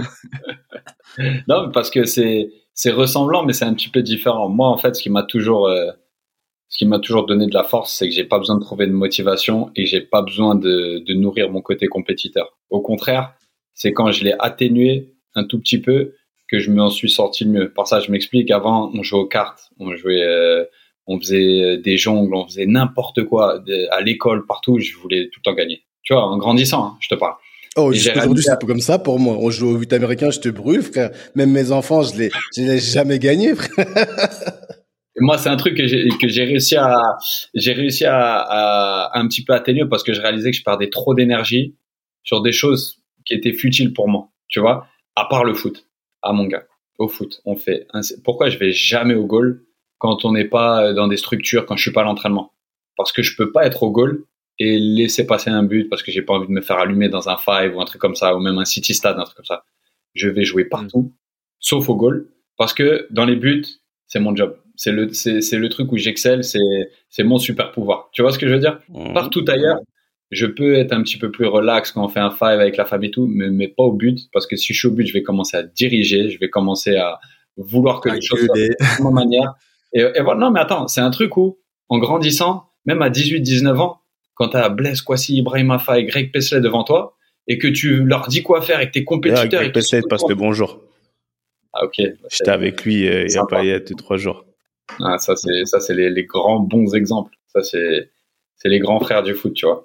Non, parce que c'est ressemblant, mais c'est un petit peu différent. Moi, en fait, ce qui m'a toujours donné de la force, c'est que j'ai pas besoin de trouver de motivation et j'ai pas besoin de nourrir mon côté compétiteur. Au contraire, c'est quand je l'ai atténué un tout petit peu que je m'en suis sorti le mieux. Par ça, je m'explique. Avant, on jouait aux cartes, on faisait des jongles, on faisait n'importe quoi. À l'école, partout, je voulais tout le temps gagner. Tu vois, en grandissant, hein, je te parle. Oh, aujourd'hui, c'est un peu comme ça pour moi. On joue au 8 américain, je te brûle, frère. Même mes enfants, je les jamais gagnés, frère. Et moi, c'est un truc que j'ai réussi à un petit peu atténuer parce que je réalisais que je perdais trop d'énergie sur des choses qui étaient futiles pour moi. Tu vois, à part le foot. Ah, mon gars, au foot, pourquoi je vais jamais au goal quand on n'est pas dans des structures, quand je suis pas à l'entraînement? Parce que je peux pas être au goal et laisser passer un but parce que j'ai pas envie de me faire allumer dans un five ou un truc comme ça, ou même un city stade, un truc comme ça. Je vais jouer partout, sauf au goal, parce que dans les buts, c'est mon job. C'est le truc où j'excelle, c'est mon super pouvoir. Tu vois ce que je veux dire? Partout ailleurs, je peux être un petit peu plus relax quand on fait un five avec la femme et tout, mais pas au but, parce que si je suis au but, je vais commencer à diriger, je vais commencer à vouloir que les choses soient de ma manière. Et voilà, non, mais attends, c'est un truc où, en grandissant, même à 18, 19 ans, quand t'as Blaise Kwasi, Ibrahim Afai, Greg Paisley devant toi, et que tu leur dis quoi faire et que tes compétiteurs... Greg Paisley passe le bonjour. Ah, ok. J'étais avec lui il y a 2-3 jours. Ah, ça, c'est les grands bons exemples. Ça, c'est les grands frères du foot, tu vois.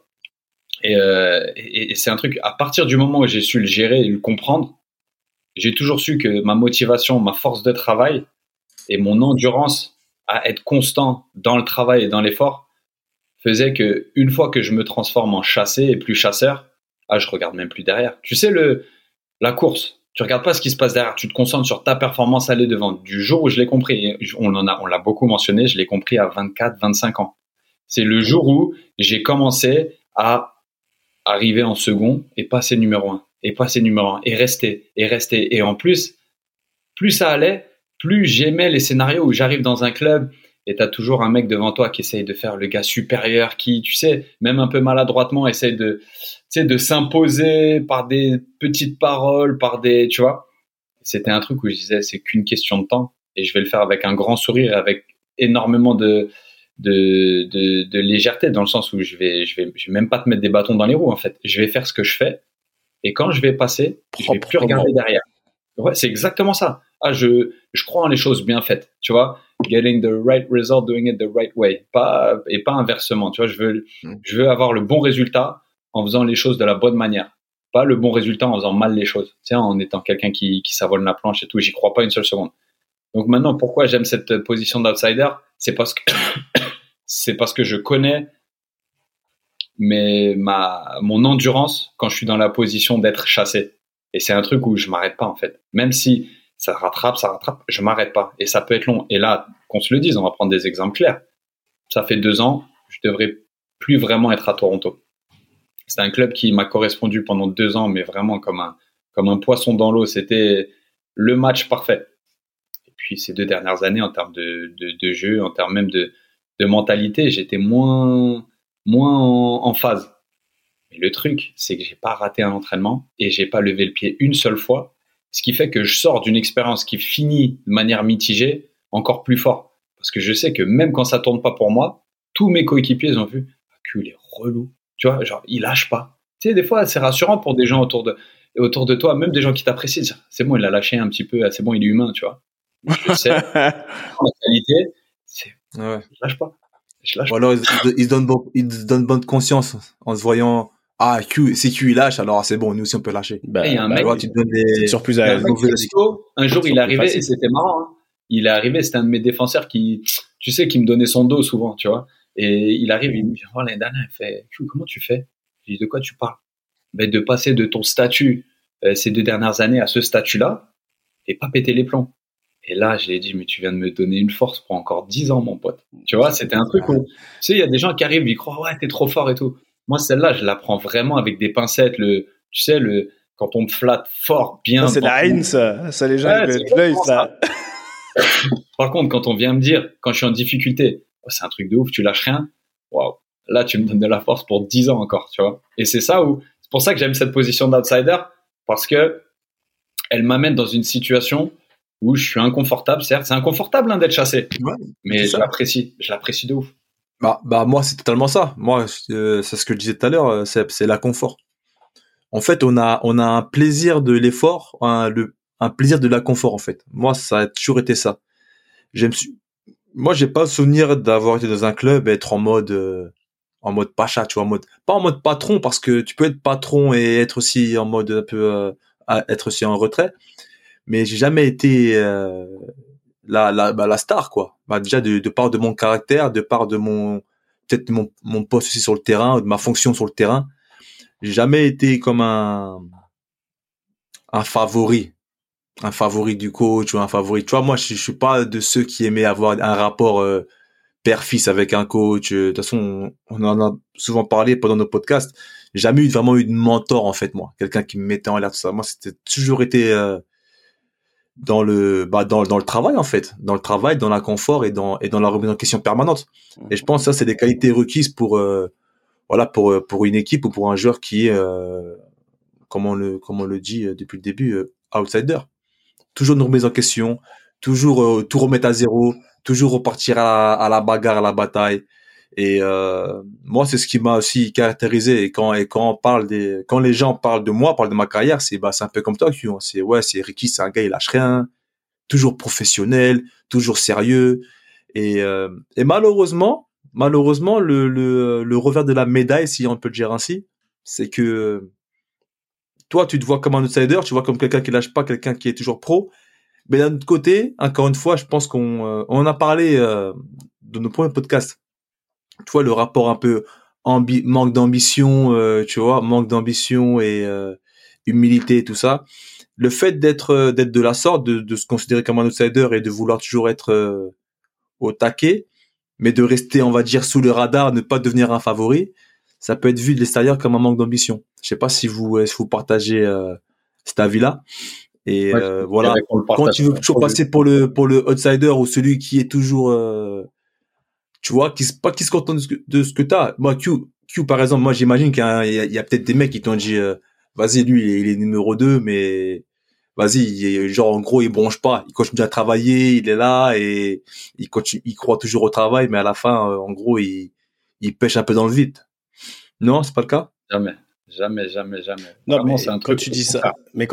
Et c'est un truc, à partir du moment où j'ai su le gérer et le comprendre, j'ai toujours su que ma motivation, ma force de travail et mon endurance à être constant dans le travail et dans l'effort faisait que une fois que je me transforme en chassé et plus chasseur, je regarde même plus derrière. Tu sais, la course, tu regardes pas ce qui se passe derrière, tu te concentres sur ta performance aller devant. Du jour où je l'ai compris, on l'a beaucoup mentionné, je l'ai compris à 24, 25 ans. C'est le jour où j'ai commencé à arriver en second et passer numéro 1 et rester. Et en plus ça allait, plus j'aimais les scénarios où j'arrive dans un club et t'as toujours un mec devant toi qui essaye de faire le gars supérieur, qui, tu sais, même un peu maladroitement essaye de s'imposer par des petites paroles, tu vois. C'était un truc où je disais, c'est qu'une question de temps et je vais le faire avec un grand sourire, avec énormément de légèreté, dans le sens où je vais même pas te mettre des bâtons dans les roues, en fait. Je vais faire ce que je fais et quand je vais passer, je vais plus regarder derrière. Ouais, c'est exactement ça. Je crois en les choses bien faites, tu vois. Getting the right result, doing it the right way. Pas inversement, tu vois. Je veux avoir le bon résultat en faisant les choses de la bonne manière. Pas le bon résultat en faisant mal les choses. Tiens, en étant quelqu'un qui savonne la planche et tout. J'y crois pas une seule seconde. Donc maintenant, pourquoi j'aime cette position d'outsider? C'est parce que je connais mon endurance quand je suis dans la position d'être chassé. Et c'est un truc où je m'arrête pas, en fait. Même si ça rattrape, je m'arrête pas. Et ça peut être long. Et là, qu'on se le dise, on va prendre des exemples clairs. Ça fait 2 ans, je devrais plus vraiment être à Toronto. C'est un club qui m'a correspondu pendant 2 ans, mais vraiment comme un poisson dans l'eau. C'était le match parfait. Et puis ces 2 dernières années, en termes de jeu, en termes même de mentalité, j'étais moins en phase. Mais le truc, c'est que j'ai pas raté un entraînement et j'ai pas levé le pied une seule fois, ce qui fait que je sors d'une expérience qui finit de manière mitigée encore plus fort. Parce que je sais que même quand ça tourne pas pour moi, tous mes coéquipiers ils ont vu, il est relou. Tu vois, genre, il lâche pas. Tu sais, des fois, c'est rassurant pour des gens autour de toi, même des gens qui t'apprécient. C'est bon, il a lâché un petit peu, c'est bon, il est humain, tu vois. Mais je sais, la qualité, je lâche pas. Ou alors, ils se donnent bonne conscience en se voyant, si Q il lâche, alors c'est bon, nous aussi on peut lâcher. Il y a un mec, tu te donnes des surplus à un jour, il est arrivé et c'était marrant. Hein. Il est arrivé, c'était un de mes défenseurs qui me donnait son dos souvent, tu vois. Et il arrive, il me dit, l'année dernière, il fait, Q, comment tu fais? Je dis, de quoi tu parles? Ben, de passer de ton statut ces 2 dernières années à ce statut-là et pas péter les plombs. Et là, je lui ai dit, mais tu viens de me donner une force pour encore 10 ans, mon pote. Tu vois, c'était un truc où, tu sais, il y a des gens qui arrivent, ils croient, ouais, t'es trop fort et tout. Moi, celle-là, je la prends vraiment avec des pincettes. Quand on me flatte fort, bien. Ça, c'est la haine, ça. Ça, les gens, ils l'œil, ça. Par contre, quand on vient me dire, quand je suis en difficulté, c'est un truc de ouf, tu lâches rien. Waouh. Là, tu me donnes de la force pour 10 ans encore, tu vois. Et c'est pour ça que j'aime cette position d'outsider, parce que elle m'amène dans une situation où je suis inconfortable, certes. C'est inconfortable, d'être chassé. Ouais, mais je l'apprécie de ouf. Moi, c'est totalement ça. Moi, c'est ce que je disais tout à l'heure, c'est la confort. En fait, on a un plaisir de l'effort, un plaisir de la confort, en fait. Moi, ça a toujours été ça. Moi, j'ai pas le souvenir d'avoir été dans un club et être en mode pacha, tu vois, pas en mode patron, parce que tu peux être patron et être aussi en mode un peu, être aussi en retrait. Mais j'ai jamais été, la star, quoi. Déjà, de part de mon caractère, de part de peut-être mon poste aussi sur le terrain, de ma fonction sur le terrain. J'ai jamais été comme un favori du coach ou un favori. Tu vois, moi, je suis pas de ceux qui aimaient avoir un rapport père-fils avec un coach. De toute façon, on en a souvent parlé pendant nos podcasts. J'ai jamais vraiment eu de mentor, en fait, moi. Quelqu'un qui me mettait en l'air, tout ça. Moi, c'était toujours été dans le travail, en fait. Dans le travail, dans la confort et dans la remise en question permanente. Et je pense que ça, c'est des qualités requises pour une équipe ou pour un joueur qui est, comme on le dit depuis le début, outsider. Toujours une remise en question, toujours tout remettre à zéro, toujours repartir à la bagarre, à la bataille. Et moi, c'est ce qui m'a aussi caractérisé. Et quand les gens parlent de moi, parlent de ma carrière, c'est un peu comme toi, Q. C'est Ricky, c'est un gars, il lâche rien, toujours professionnel, toujours sérieux. Et malheureusement, le revers de la médaille, si on peut le dire ainsi, c'est que toi, tu te vois comme un outsider, tu vois comme quelqu'un qui lâche pas, quelqu'un qui est toujours pro. Mais d'un autre côté, encore une fois, je pense qu'on en a parlé de nos premiers podcasts. Tu vois, le rapport un peu manque d'ambition, tu vois, manque d'ambition et humilité et tout ça. Le fait d'être de la sorte, de se considérer comme un outsider et de vouloir toujours être au taquet, mais de rester, on va dire, sous le radar, ne pas devenir un favori, ça peut être vu de l'extérieur comme un manque d'ambition. Je sais pas si vous partagez cet avis-là. Et voilà, quand tu veux toujours passer pour le outsider ou celui qui est toujours, tu vois, qui se contente de ce que t'as. Moi, Q par exemple, moi j'imagine qu'il y a peut-être des mecs qui t'ont dit, vas-y, lui il est numéro 2, mais vas-y, genre en gros il bronche pas, il continue à travailler, il est là et il croit toujours au travail, mais à la fin, en gros, il pêche un peu dans le vide. Non, c'est pas le cas? Jamais. Non, mais quand tu dis ça,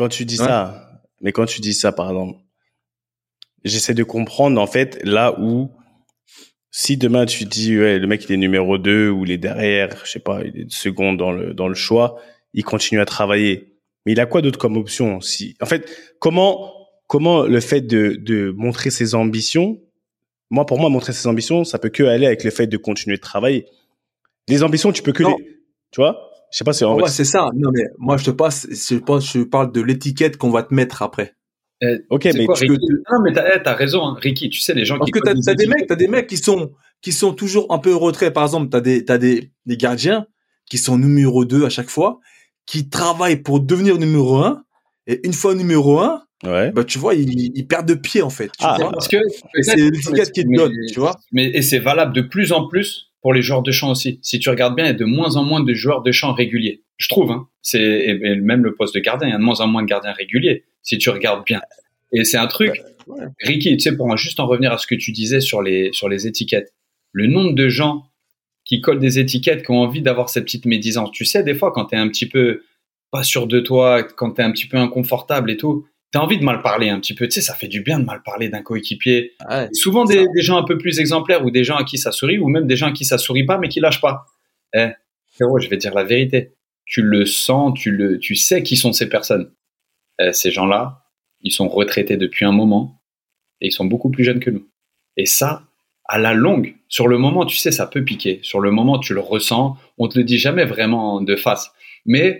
pardon, j'essaie de comprendre, en fait, là où, si demain tu dis, ouais, le mec il est numéro 2 ou il est derrière, je sais pas, il est second dans le choix, il continue à travailler. Mais il a quoi d'autre comme option? En fait, comment comment le fait de montrer ses ambitions, pour moi, montrer ses ambitions, ça peut que aller avec le fait de continuer de travailler. Les ambitions, tu peux que Non. tu vois? Je sais pas si en Ouais, fait. c'est ça. Non, mais moi, je parle de l'étiquette qu'on va te mettre après. Ok, C'est mais quoi, tu Ricky? peux- Non, mais t'as raison, hein. Ricky. Tu sais, les gens Parce qui que collent t'as étiquettes. des mecs qui sont toujours un peu en retrait. Par exemple, t'as des gardiens qui sont numéro 2 à chaque fois, qui travaillent pour devenir numéro 1. Et une fois numéro 1, ouais. bah, tu vois, ils perdent de pied, en fait. Tu Ah, vois? Parce que Et c'est l'étiquette qui te donne, tu vois? et c'est valable de plus en plus pour les joueurs de champ aussi. Si tu regardes bien, il y a de moins en moins de joueurs de champ réguliers. Je trouve, hein. Et même le poste de gardien, il y a de moins en moins de gardiens réguliers. Si tu regardes bien. Et c'est un truc, Ouais. Ricky, tu sais, pour juste en revenir à ce que tu disais sur les étiquettes. Le nombre de gens qui collent des étiquettes, qui ont envie d'avoir cette petite médisance. Tu sais, des fois, quand t'es un petit peu pas sûr de toi, quand t'es un petit peu inconfortable et tout, t'as envie de mal parler un petit peu. Tu sais, ça fait du bien de mal parler d'un coéquipier. Ouais, Et souvent ça. des gens un peu plus exemplaires ou des gens à qui ça sourit ou même des gens à qui ça sourit pas mais qui lâchent pas. Frérot, je vais te dire la vérité. Tu le sens, tu sais qui sont ces personnes. Ces gens-là, ils sont retraités depuis un moment et ils sont beaucoup plus jeunes que nous. Et ça, à la longue, sur le moment, tu sais, ça peut piquer. Sur le moment, tu le ressens. On te le dit jamais vraiment de face. Mais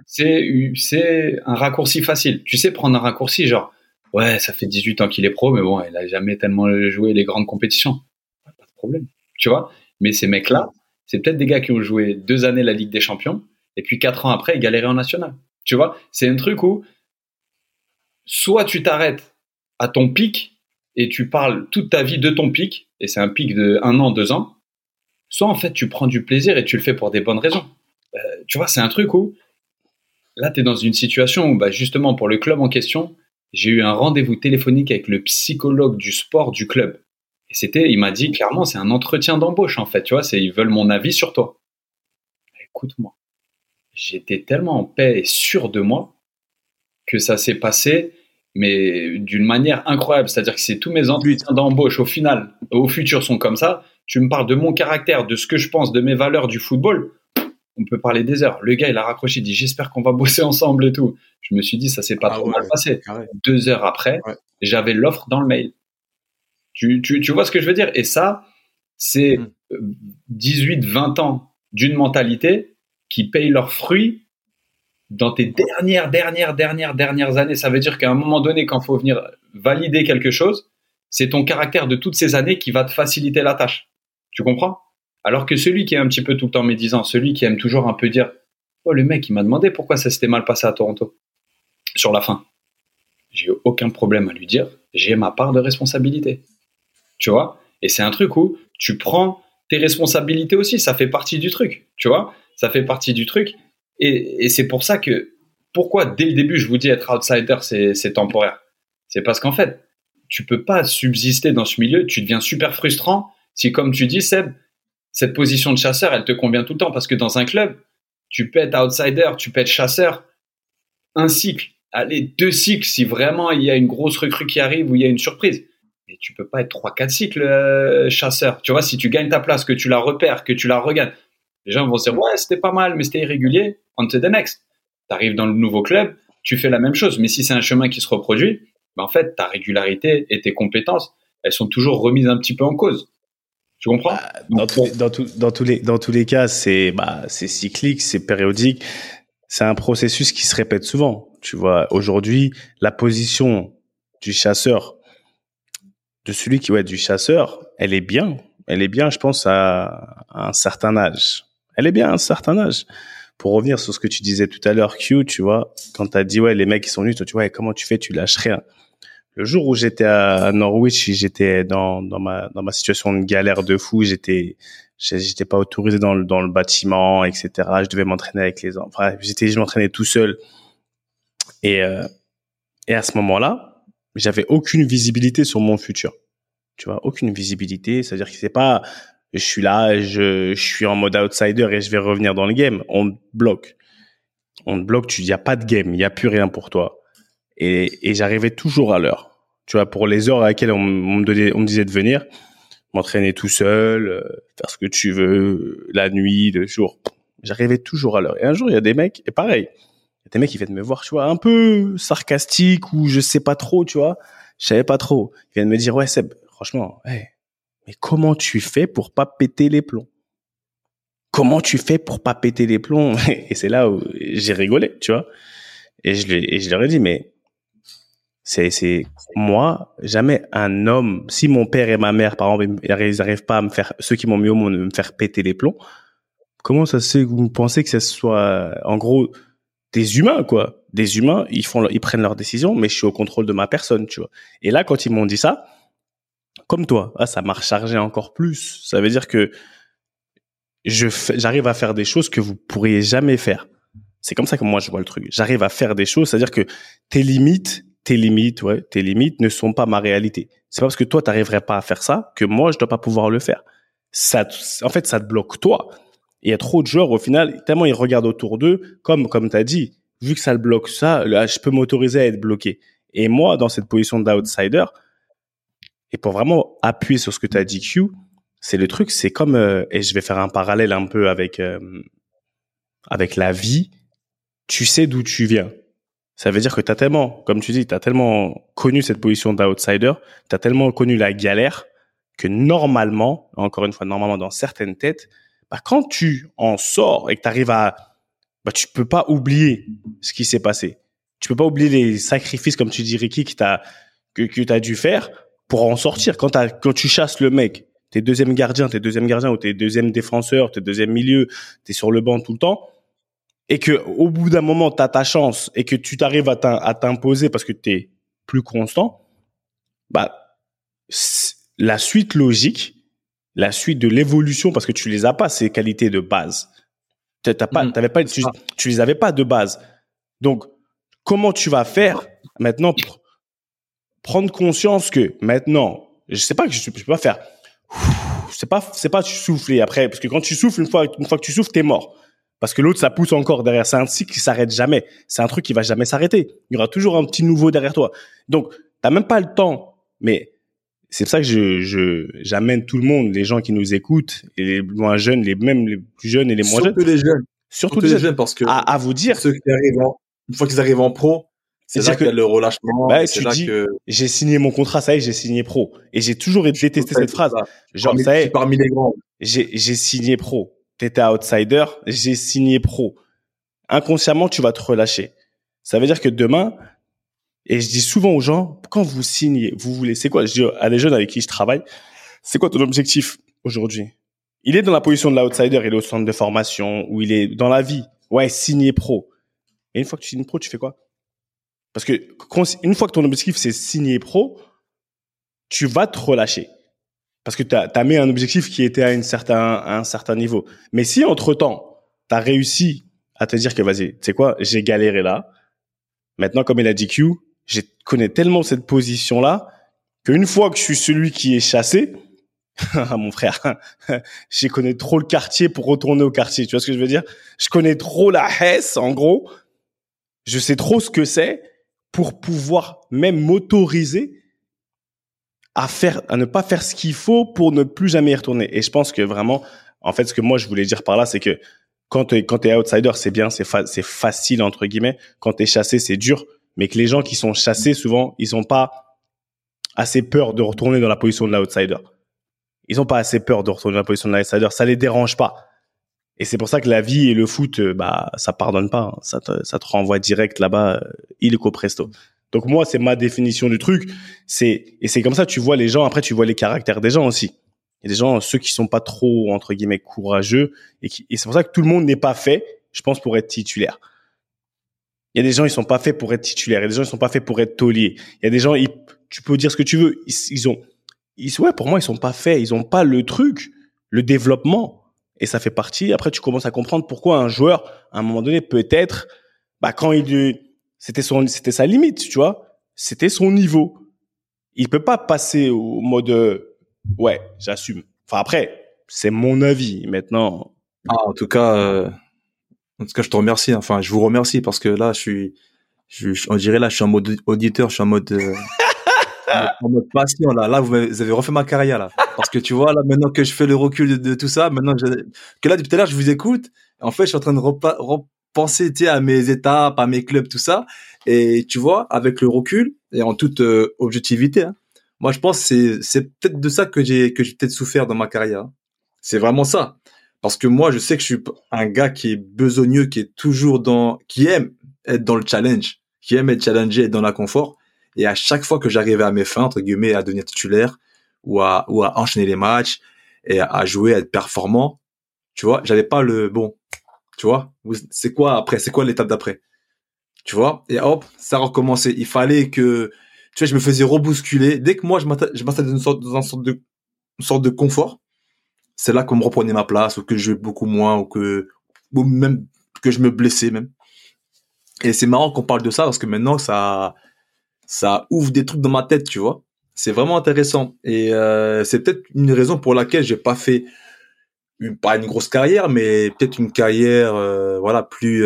c'est un raccourci facile. Tu sais prendre un raccourci genre, ouais, ça fait 18 ans qu'il est pro, mais bon, il a jamais tellement joué les grandes compétitions. Pas de problème. Tu vois? Mais ces mecs-là, c'est peut-être des gars qui ont joué 2 années la Ligue des Champions et puis 4 ans après, ils galéraient en national. Tu vois? C'est un truc où soit tu t'arrêtes à ton pic et tu parles toute ta vie de ton pic, et c'est un pic de 1 an, 2 ans, soit en fait tu prends du plaisir et tu le fais pour des bonnes raisons. Tu vois, c'est un truc où là, tu es dans une situation où, bah, justement, pour le club en question, j'ai eu un rendez-vous téléphonique avec le psychologue du sport du club. Et il m'a dit clairement, c'est un entretien d'embauche, en fait. Tu vois, ils veulent mon avis sur toi. Écoute-moi. J'étais tellement en paix et sûr de moi que ça s'est passé, mais d'une manière incroyable. C'est-à-dire que c'est tous mes entretiens d'embauche, au futur, sont comme ça. Tu me parles de mon caractère, de ce que je pense, de mes valeurs du football. On peut parler des heures. Le gars, il a raccroché, il dit j'espère qu'on va bosser ensemble et tout. Je me suis dit ça s'est pas trop mal passé. Carré. 2 heures après, j'avais l'offre dans le mail. Tu vois ce que je veux dire? Et ça, c'est 18-20 ans d'une mentalité qui paye leurs fruits dans tes dernières années. Ça veut dire qu'à un moment donné, quand il faut venir valider quelque chose, c'est ton caractère de toutes ces années qui va te faciliter la tâche. Tu comprends? Alors que celui qui est un petit peu tout le temps médisant, celui qui aime toujours un peu dire « Oh, le mec, il m'a demandé pourquoi ça s'était mal passé à Toronto. » Sur la fin, j'ai eu aucun problème à lui dire « J'ai ma part de responsabilité. » Tu vois? Et c'est un truc où tu prends tes responsabilités aussi. Ça fait partie du truc. Tu vois? Ça fait partie du truc. Et c'est pour ça que, pourquoi dès le début, je vous dis être outsider, c'est temporaire. C'est parce qu'en fait, tu peux pas subsister dans ce milieu. Tu deviens super frustrant si, comme tu dis, Seb, cette position de chasseur, elle te convient tout le temps parce que dans un club, tu peux être outsider, tu peux être chasseur, un cycle, allez, 2 cycles si vraiment il y a une grosse recrue qui arrive ou il y a une surprise. Mais tu peux pas être 3-4 cycles chasseur. Tu vois, si tu gagnes ta place, que tu la repères, que tu la regagnes, les gens vont se dire ouais, c'était pas mal, mais c'était irrégulier. On to the next. T'arrives dans le nouveau club, tu fais la même chose. Mais si c'est un chemin qui se reproduit, ben en fait, ta régularité et tes compétences, elles sont toujours remises un petit peu en cause. Tu comprends? Dans tous les cas, c'est cyclique, c'est périodique. C'est un processus qui se répète souvent. Tu vois, aujourd'hui, la position du chasseur, de celui qui va être du chasseur, elle est bien. Elle est bien, je pense, à un certain âge. Elle est bien à un certain âge. Pour revenir sur ce que tu disais tout à l'heure, Q, tu vois, quand t'as dit, ouais, les mecs, ils sont venus, toi, tu vois, comment tu fais, tu lâches rien. Le jour où j'étais à Norwich, j'étais dans ma situation de galère de fou, j'étais pas autorisé dans le bâtiment, etc. Je devais m'entraîner avec les enfants. Enfin, je m'entraînais tout seul. Et à ce moment-là, j'avais aucune visibilité sur mon futur. Tu vois, aucune visibilité. C'est-à-dire que c'est pas, je suis là, je suis en mode outsider et je vais revenir dans le game. On te bloque. Il y a pas de game, il y a plus rien pour toi. Et j'arrivais toujours à l'heure. Tu vois, pour les heures à laquelle on me disait de venir, m'entraîner tout seul, faire ce que tu veux, la nuit, le jour. J'arrivais toujours à l'heure. Et un jour, il y a des mecs, et pareil, il y a des mecs qui viennent me voir, tu vois, un peu sarcastique ou je sais pas trop, tu vois. Je savais pas trop. Ils viennent me dire, ouais, Seb, franchement, hey, mais comment tu fais pour pas péter les plombs? Comment tu fais pour pas péter les plombs? Et c'est là où j'ai rigolé, tu vois. Et je leur ai dit, mais c'est moi, jamais un homme, si mon père et ma mère, par exemple, ils arrivent pas à me faire, ceux qui m'ont mis au monde, me faire péter les plombs, comment ça se fait que vous pensez que ça soit, en gros, des humains, quoi. Des humains, ils prennent leurs décisions, mais je suis au contrôle de ma personne, tu vois. Et là, quand ils m'ont dit ça, comme toi, ça m'a rechargé encore plus. Ça veut dire que j'arrive à faire des choses que vous pourriez jamais faire. C'est comme ça que moi je vois le truc. J'arrive à faire des choses, c'est-à-dire que tes limites ne sont pas ma réalité. C'est pas parce que toi t'arriverais pas à faire ça que moi je dois pas pouvoir le faire. En fait, ça te bloque toi. Et il y a trop de joueurs au final, tellement ils regardent autour d'eux, comme t'as dit, vu que ça le bloque ça, là, je peux m'autoriser à être bloqué. Et moi, dans cette position d'outsider, et pour vraiment appuyer sur ce que t'as dit, Q, c'est le truc, c'est comme, et je vais faire un parallèle un peu avec la vie. Tu sais d'où tu viens. Ça veut dire que t'as tellement, comme tu dis, t'as tellement connu cette position d'outsider, t'as tellement connu la galère que normalement, encore une fois, normalement dans certaines têtes, quand tu en sors et que t'arrives tu peux pas oublier ce qui s'est passé. Tu peux pas oublier les sacrifices, comme tu dis, Ricky, que t'as dû faire pour en sortir. Quand tu chasses le mec, t'es deuxième gardien ou t'es deuxième défenseur, t'es deuxième milieu, t'es sur le banc tout le temps, et que au bout d'un moment t'as ta chance et que tu t'arrives à t'imposer parce que t'es plus constant, la suite logique, la suite de l'évolution, parce que tu les as pas ces qualités de base. Tu les avais pas de base. Donc comment tu vas faire maintenant pour prendre conscience que maintenant, je sais pas que je peux pas faire. C'est pas tu souffles après, parce que quand tu souffles, une fois que tu souffles, t'es mort. Parce que l'autre, ça pousse encore derrière. C'est un cycle qui s'arrête jamais. C'est un truc qui va jamais s'arrêter. Il y aura toujours un petit nouveau derrière toi. Donc, t'as même pas le temps. Mais c'est pour ça que j'amène tout le monde, les gens qui nous écoutent, et les moins jeunes, même les plus jeunes et les moins jeunes. Surtout les jeunes. Parce que à vous dire. Ceux qui arrivent une fois qu'ils arrivent en pro, c'est là qu'il y a le relâchement. C'est là que j'ai signé mon contrat, ça y est, j'ai signé pro. Et j'ai toujours détesté cette phrase. Genre, ça y est, parmi les grands. J'ai signé pro. T'étais outsider, j'ai signé pro. Inconsciemment, tu vas te relâcher. Ça veut dire que demain, et je dis souvent aux gens, quand vous signez, vous voulez, c'est quoi? Je dis à des jeunes avec qui je travaille, c'est quoi ton objectif aujourd'hui? Il est dans la position de l'outsider, il est au centre de formation, ou il est dans la vie. Ouais, signer pro. Et une fois que tu signes pro, tu fais quoi? Parce que une fois que ton objectif, c'est signer pro, tu vas te relâcher. Parce que t'as mis un objectif qui était à un certain niveau. Mais si entre-temps, t'as réussi à te dire que vas-y, tu sais quoi, j'ai galéré là. Maintenant, comme il a dit Q, je connais tellement cette position-là qu'une fois que je suis celui qui est chassé, mon frère, je connais trop le quartier pour retourner au quartier. Tu vois ce que je veux dire? Je connais trop la Hesse, en gros. Je sais trop ce que c'est pour pouvoir même m'autoriser à ne pas faire ce qu'il faut pour ne plus jamais y retourner. Et je pense que vraiment, en fait, ce que moi je voulais dire par là, c'est que quand t'es outsider, c'est bien, c'est facile entre guillemets. Quand t'es chassé, c'est dur. Mais que les gens qui sont chassés, souvent, ils ont pas assez peur de retourner dans la position de l'outsider. Ils ont pas assez peur de retourner dans la position de l'outsider. Ça les dérange pas. Et c'est pour ça que la vie et le foot, ça pardonne pas. Hein. Ça te renvoie direct là-bas, illico presto. Donc moi, c'est ma définition du truc. Et c'est comme ça, tu vois les gens. Après, tu vois les caractères des gens aussi. Il y a des gens, ceux qui sont pas trop entre guillemets courageux, et c'est pour ça que tout le monde n'est pas fait, je pense, pour être titulaire. Il y a des gens, ils sont pas faits pour être titulaires. Il y a des gens, ils sont pas faits pour être tauliers. Il y a des gens, tu peux dire ce que tu veux. Pour moi, ils sont pas faits. Ils ont pas le truc, le développement. Et ça fait partie. Après, tu commences à comprendre pourquoi un joueur, à un moment donné, peut-être, quand c'était sa limite, tu vois. C'était son niveau. Il peut pas passer au mode, ouais, j'assume. Enfin, après, c'est mon avis. Maintenant. En tout cas, je te remercie. Enfin, je vous remercie parce que là, on dirait là, je suis en mode auditeur, je suis en mode, en mode passion là. Là, vous avez refait ma carrière là. Parce que tu vois là, maintenant que je fais le recul de tout ça, que là depuis tout à l'heure, je vous écoute. En fait, je suis en train de penser, tu sais, à mes étapes, à mes clubs, tout ça. Et tu vois, avec le recul et en toute objectivité, hein, moi, je pense que c'est peut-être de ça que j'ai peut-être souffert dans ma carrière, hein. C'est vraiment ça. Parce que moi, je sais que je suis un gars qui est besogneux, qui est toujours qui aime être dans le challenge, qui aime être challengé, être dans l'inconfort. Et à chaque fois que j'arrivais à mes fins, entre guillemets, à devenir titulaire ou à enchaîner les matchs et à jouer, à être performant, tu vois, j'avais pas le bon, tu vois, c'est quoi après, c'est quoi l'étape d'après, tu vois, et hop, ça recommençait. Il fallait que, tu vois, je me faisais rebousculer. Dès que moi, je m'installais dans une sorte de confort, c'est là qu'on me reprenait ma place, ou que je jouais beaucoup moins, ou même que je me blessais même. Et c'est marrant qu'on parle de ça, parce que maintenant, ça ouvre des trucs dans ma tête, tu vois. C'est vraiment intéressant. Et c'est peut-être une raison pour laquelle j'ai pas fait pas une grosse carrière, mais peut-être une carrière, voilà,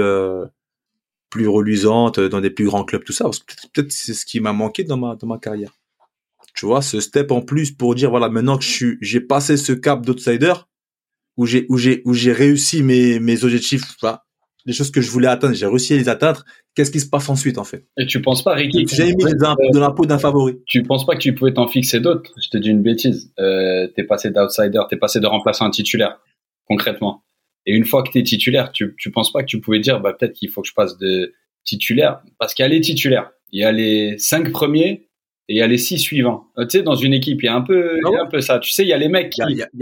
plus reluisante dans des plus grands clubs, tout ça. Parce que peut-être c'est ce qui m'a manqué dans ma carrière. Tu vois, ce step en plus pour dire, voilà, maintenant que j'ai passé ce cap d'outsider, où j'ai réussi mes objectifs, enfin, les choses que je voulais atteindre, j'ai réussi à les atteindre. Qu'est-ce qui se passe ensuite, en fait? Et tu penses pas, Ricky, j'ai mis de la peau d'un favori. Tu penses pas que tu pouvais t'en fixer d'autres? Je te dis une bêtise. T'es passé d'outsider, t'es passé de remplaçant à titulaire, concrètement. Et une fois que t'es titulaire, tu penses pas que tu pouvais dire, bah, peut-être qu'il faut que je passe de titulaire, parce qu'il y a les titulaires. Il y a les 5 premiers, et il y a les 6 suivants. Tu sais, dans une équipe, il y a un peu ça. Tu sais, il y a les mecs qui... Il y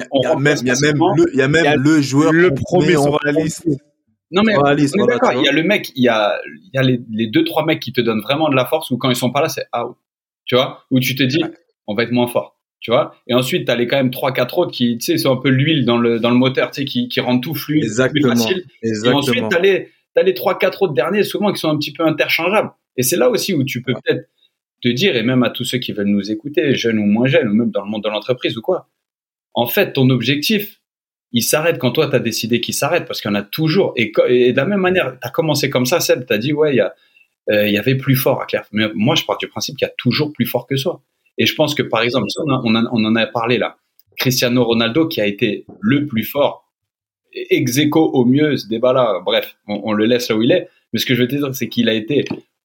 a même le joueur. Le premier sur la liste. Non, mais on est d'accord. Il y a le mec, il y a les 2-3 mecs qui te donnent vraiment de la force, ou quand ils sont pas là, c'est out. Tu vois? Où tu te dis, on va être moins fort. Tu vois? Et ensuite, t'as les quand même 3-4 autres qui, tu sais, sont un peu l'huile dans le moteur, tu sais, qui rendent tout fluide, plus facile. Et ensuite, t'as les 3-4 autres derniers, souvent, qui sont un petit peu interchangeables. Et c'est là aussi où tu peux peut-être te dire, et même à tous ceux qui veulent nous écouter, jeunes ou moins jeunes, ou même dans le monde de l'entreprise ou quoi. En fait, ton objectif, il s'arrête quand toi, t'as décidé qu'il s'arrête, parce qu'il y en a toujours. Et de la même manière, t'as commencé comme ça, Seb, t'as dit, ouais, il y avait plus fort à Claire. Mais moi, je pars du principe qu'il y a toujours plus fort que soi. Et je pense que, par exemple, on en a parlé là, Cristiano Ronaldo, qui a été le plus fort, ex aequo au mieux, ce débat-là, bref, on le laisse là où il est. Mais ce que je veux te dire, c'est qu'il a été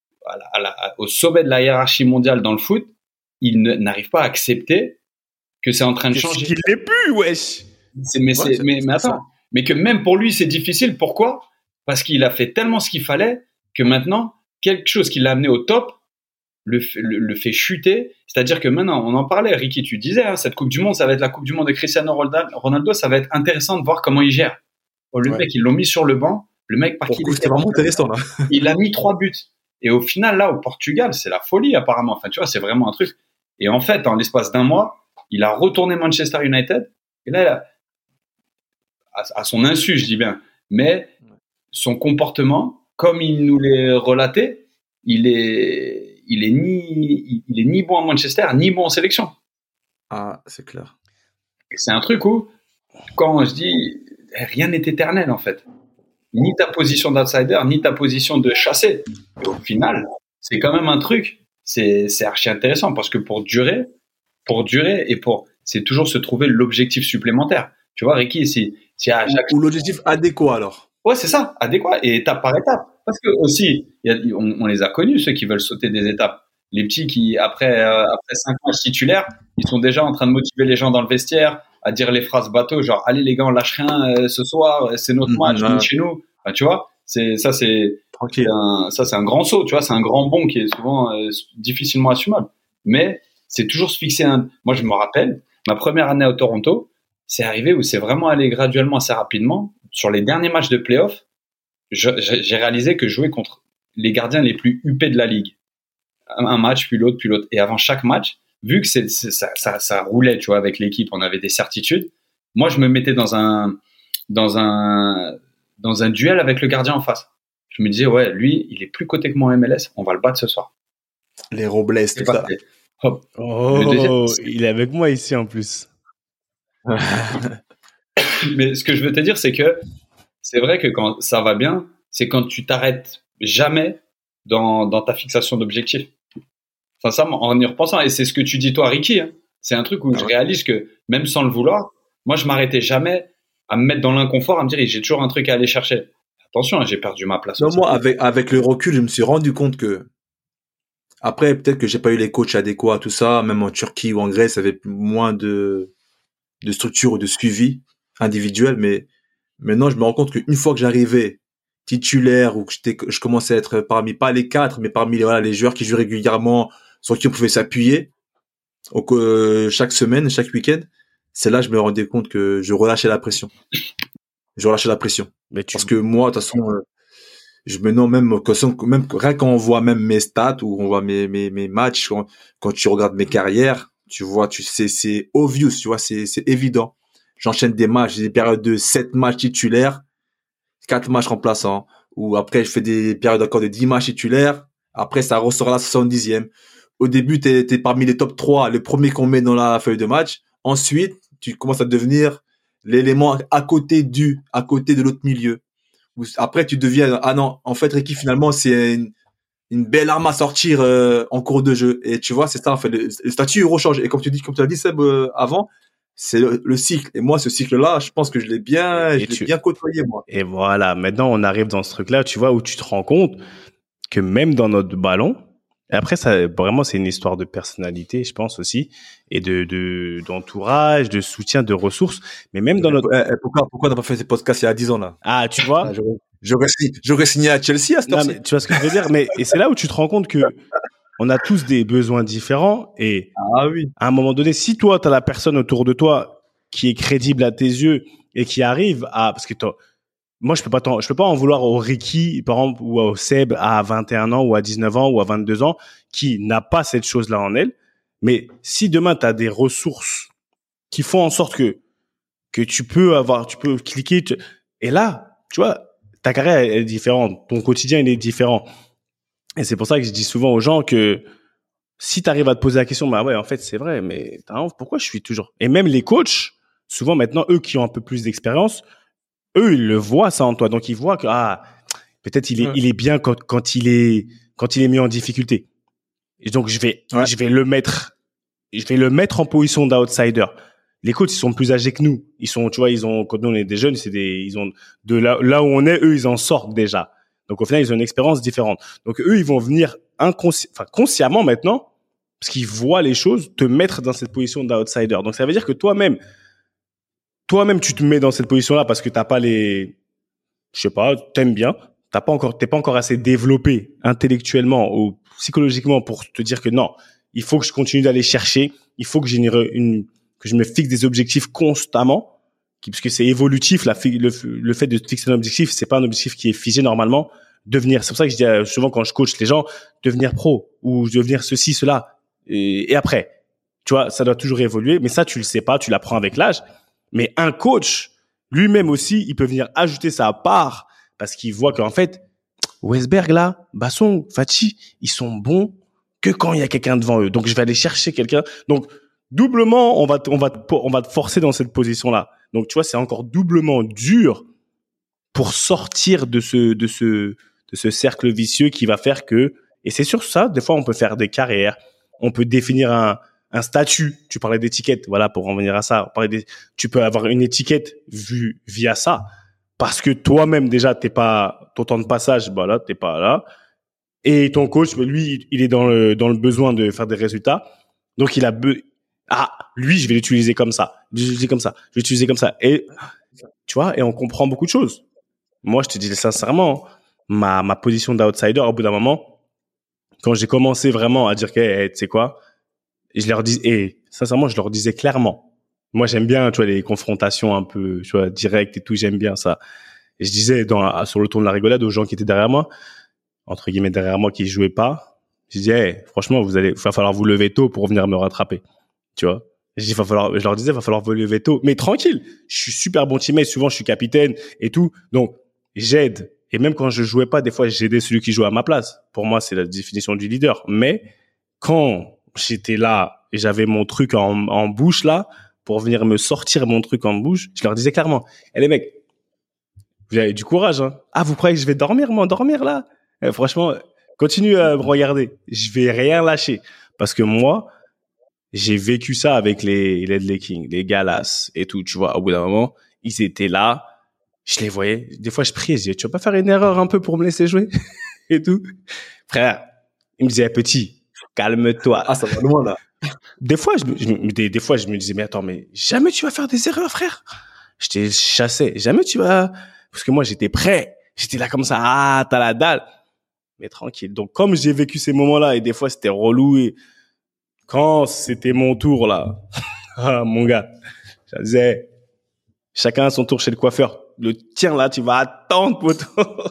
au sommet de la hiérarchie mondiale dans le foot. Il n'arrive pas à accepter que c'est en train de changer. Qu'il l'ait plus, wesh. Mais attends, mais que même pour lui, c'est difficile. Pourquoi? Parce qu'il a fait tellement ce qu'il fallait que maintenant, quelque chose qui l'a amené au top le fait chuter. C'est-à-dire que maintenant, on en parlait, Ricky, tu disais, hein, cette Coupe du Monde, ça va être la Coupe du Monde de Cristiano Ronaldo, ça va être intéressant de voir comment il gère. Mec, ils l'ont mis sur le banc. Le mec, par qui c'était vraiment intéressant, là. Il a mis 3 buts. Et au final, là, au Portugal, c'est la folie, apparemment. Enfin, tu vois, c'est vraiment un truc. Et en fait, en l'espace d'un mois, il a retourné Manchester United. Et là, à son insu, je dis bien, mais son comportement, comme il nous l'est relaté, il est ni bon à Manchester, ni bon en sélection. Ah, c'est clair. Et c'est un truc où, quand je dis, rien n'est éternel, en fait. Ni ta position d'outsider, ni ta position de chassé. Et au final, c'est quand même un truc, c'est archi intéressant, parce que pour durer, c'est toujours se trouver l'objectif supplémentaire. Tu vois, Ricky, si ou l'objectif adéquat, alors. Ouais, c'est ça, adéquat, et étape par étape. Parce que aussi, on les a connus, ceux qui veulent sauter des étapes. Les petits qui, après 5 matchs titulaires, ils sont déjà en train de motiver les gens dans le vestiaire, à dire les phrases bateau, genre, allez les gars, on lâche rien ce soir, c'est notre match, venez chez nous. Enfin, tu vois, c'est un grand saut, tu vois, c'est un grand bond qui est souvent difficilement assumable. Mais c'est toujours se fixer moi, je me rappelle, ma première année au Toronto, c'est arrivé où c'est vraiment allé graduellement assez rapidement. Sur les derniers matchs de play-off, j'ai réalisé que je jouais contre les gardiens les plus huppés de la ligue. Un match, puis l'autre. Et avant chaque match, vu que ça roulait, tu vois, avec l'équipe, on avait des certitudes. Moi, je me mettais dans un duel avec le gardien en face. Je me disais, ouais, lui, il est plus coté que moi en MLS, on va le battre ce soir. Les Robles, tout ça. Hop. Il est avec moi ici en plus. Mais ce que je veux te dire, c'est que c'est vrai que quand ça va bien, c'est quand tu t'arrêtes jamais dans ta fixation d'objectif. Sincèrement, en y repensant, et c'est ce que tu dis toi, Ricky, hein, c'est un truc où je réalise que même sans le vouloir, moi je m'arrêtais jamais à me mettre dans l'inconfort, à me dire j'ai toujours un truc à aller chercher. Attention, hein, j'ai perdu ma place. Non, aussi. moi, avec le recul, je me suis rendu compte que, après, peut-être que j'ai pas eu les coachs adéquats, tout ça, même en Turquie ou en Grèce, il y avait moins de structure ou de suivi individuel, mais maintenant, je me rends compte qu'une fois que j'arrivais titulaire ou que je commençais à être parmi, pas les quatre, mais parmi voilà, les joueurs qui jouent régulièrement, sur qui on pouvait s'appuyer, donc, chaque semaine, chaque week-end, c'est là que je me rendais compte que je relâchais la pression. Je relâchais la pression. Mais tu, Parce que moi, de toute façon, je me non même rien quand on voit même mes stats ou on voit mes matchs, quand tu regardes mes carrières, tu vois, tu sais, c'est obvious, tu vois, c'est évident. J'enchaîne des matchs, des périodes de 7 matchs titulaires, 4 matchs remplaçants, ou après je fais des périodes encore de 10 matchs titulaires, après ça ressort à la 70e. Au début, t'es parmi les top 3, le premier qu'on met dans la feuille de match. Ensuite, tu commences à devenir l'élément à côté de l'autre milieu. Après, tu deviens, ah non, en fait, Ricky, finalement, c'est une belle arme à sortir en cours de jeu. Et tu vois, c'est ça, en fait, le statut rechange. Et comme tu as dit, Seb, avant, c'est le cycle. Et moi, ce cycle-là, je pense que je l'ai bien côtoyé, moi. et voilà, maintenant on arrive dans ce truc-là, tu vois, où tu te rends compte que même dans notre ballon, et après ça, vraiment, c'est une histoire de personnalité, je pense aussi, et d'entourage, de soutien, de ressources, mais même dans notre, Pourquoi t'as pas fait ces podcasts il y a 10 ans, là? ah, tu vois, Ah, j'aurais signé à Chelsea à cette non, heure-ci. mais tu vois ce que je veux dire, mais, et c'est là où tu te rends compte que on a tous des besoins différents, et Ah oui. à un moment donné, si toi, tu as la personne autour de toi qui est crédible à tes yeux et qui arrive à, parce que moi, je peux pas en vouloir au Ricky, par exemple, ou au Seb à 21 ans, ou à 19 ans, ou à 22 ans, qui n'a pas cette chose-là en elle. Mais si demain, tu as des ressources qui font en sorte que tu peux cliquer, et là, tu vois, ta carrière elle est différente, ton quotidien, il est différent. Et c'est pour ça que je dis souvent aux gens que si tu arrives à te poser la question, bah ouais, en fait, c'est vrai, mais pourquoi je suis toujours... Et même les coachs, souvent maintenant, eux qui ont un peu plus d'expérience, eux, ils le voient ça en toi. Donc, ils voient que, peut-être il est bien quand il est mis en difficulté. Et donc, je vais le mettre en position d'outsider. Les coachs, ils sont plus âgés que nous. Ils sont, tu vois, quand nous on est des jeunes, ils ont, de là où on est, eux, ils en sortent déjà. Donc, au final, ils ont une expérience différente. Donc, eux, ils vont venir consciemment maintenant, parce qu'ils voient les choses, te mettre dans cette position d'outsider. Donc, ça veut dire que toi-même, tu te mets dans cette position-là parce que t'as pas je sais pas, t'aimes bien, t'es pas encore assez développé intellectuellement ou psychologiquement pour te dire que non, il faut que je continue d'aller chercher, il faut que que je me fixe des objectifs constamment, parce que c'est évolutif, le fait de te fixer un objectif, c'est pas un objectif qui est figé normalement, c'est pour ça que je dis souvent quand je coach les gens, devenir pro, ou devenir ceci, cela, et après, tu vois, ça doit toujours évoluer, mais ça, tu le sais pas, tu l'apprends avec l'âge. Mais un coach, lui-même aussi, il peut venir ajouter sa part parce qu'il voit qu'en fait, Westberg là, Basson, Fati, ils sont bons que quand il y a quelqu'un devant eux. Donc je vais aller chercher quelqu'un. Donc doublement, on va te forcer dans cette position-là. Donc tu vois, c'est encore doublement dur pour sortir de ce cercle vicieux qui va faire que, et c'est sur ça, des fois on peut faire des carrières, on peut définir un statut. Tu parlais d'étiquette, voilà, pour en venir à ça. Tu peux avoir une étiquette vue via ça, parce que toi-même déjà ton temps de passage, bah là, t'es pas là, et ton coach, lui, il est dans le besoin de faire des résultats, donc lui, je vais l'utiliser comme ça, je vais l'utiliser comme ça, et tu vois, et on comprend beaucoup de choses. Moi, je te dis sincèrement, ma position d'outsider, au bout d'un moment, quand j'ai commencé vraiment à dire que, hey, tu sais quoi, et je leur dis, sincèrement, je leur disais clairement. Moi, j'aime bien, tu vois, les confrontations un peu, tu vois, directes et tout, j'aime bien ça. Et je disais sur le ton de la rigolade aux gens qui étaient derrière moi, entre guillemets derrière moi, qui jouaient pas, je disais, hey, franchement, va falloir vous lever tôt pour venir me rattraper. Tu vois? Je leur disais, va falloir vous lever tôt. Mais tranquille. Je suis super bon teammate. Souvent, je suis capitaine et tout. Donc, j'aide. Et même quand je jouais pas, des fois, j'aidais celui qui jouait à ma place. Pour moi, c'est la définition du leader. Mais quand j'étais là et j'avais mon truc en bouche là, pour venir me sortir mon truc en bouche, je leur disais clairement, les mecs, vous avez du courage, hein. Ah, vous croyez que je vais m'endormir là? Franchement, continuez à me regarder. Je vais rien lâcher. Parce que moi, j'ai vécu ça avec les Ledley King, les Galas et tout, tu vois. Au bout d'un moment, ils étaient là. Je les voyais. Des fois, je priais. Je disais, tu vas pas faire une erreur un peu pour me laisser jouer? Et tout. Frère, il me disait, petit, calme-toi. Ah, ça va loin, là. Des fois, des fois, je me disais, mais attends, mais jamais tu vas faire des erreurs, frère. Je t'ai chassé. Jamais tu vas, parce que moi, j'étais prêt. J'étais là comme ça. Ah, t'as la dalle. Mais tranquille. Donc, comme j'ai vécu ces moments-là et des fois, c'était relou et quand c'était mon tour, là, ah, mon gars, je disais, chacun à son tour chez le coiffeur. Le tien, là, tu vas attendre, poteau.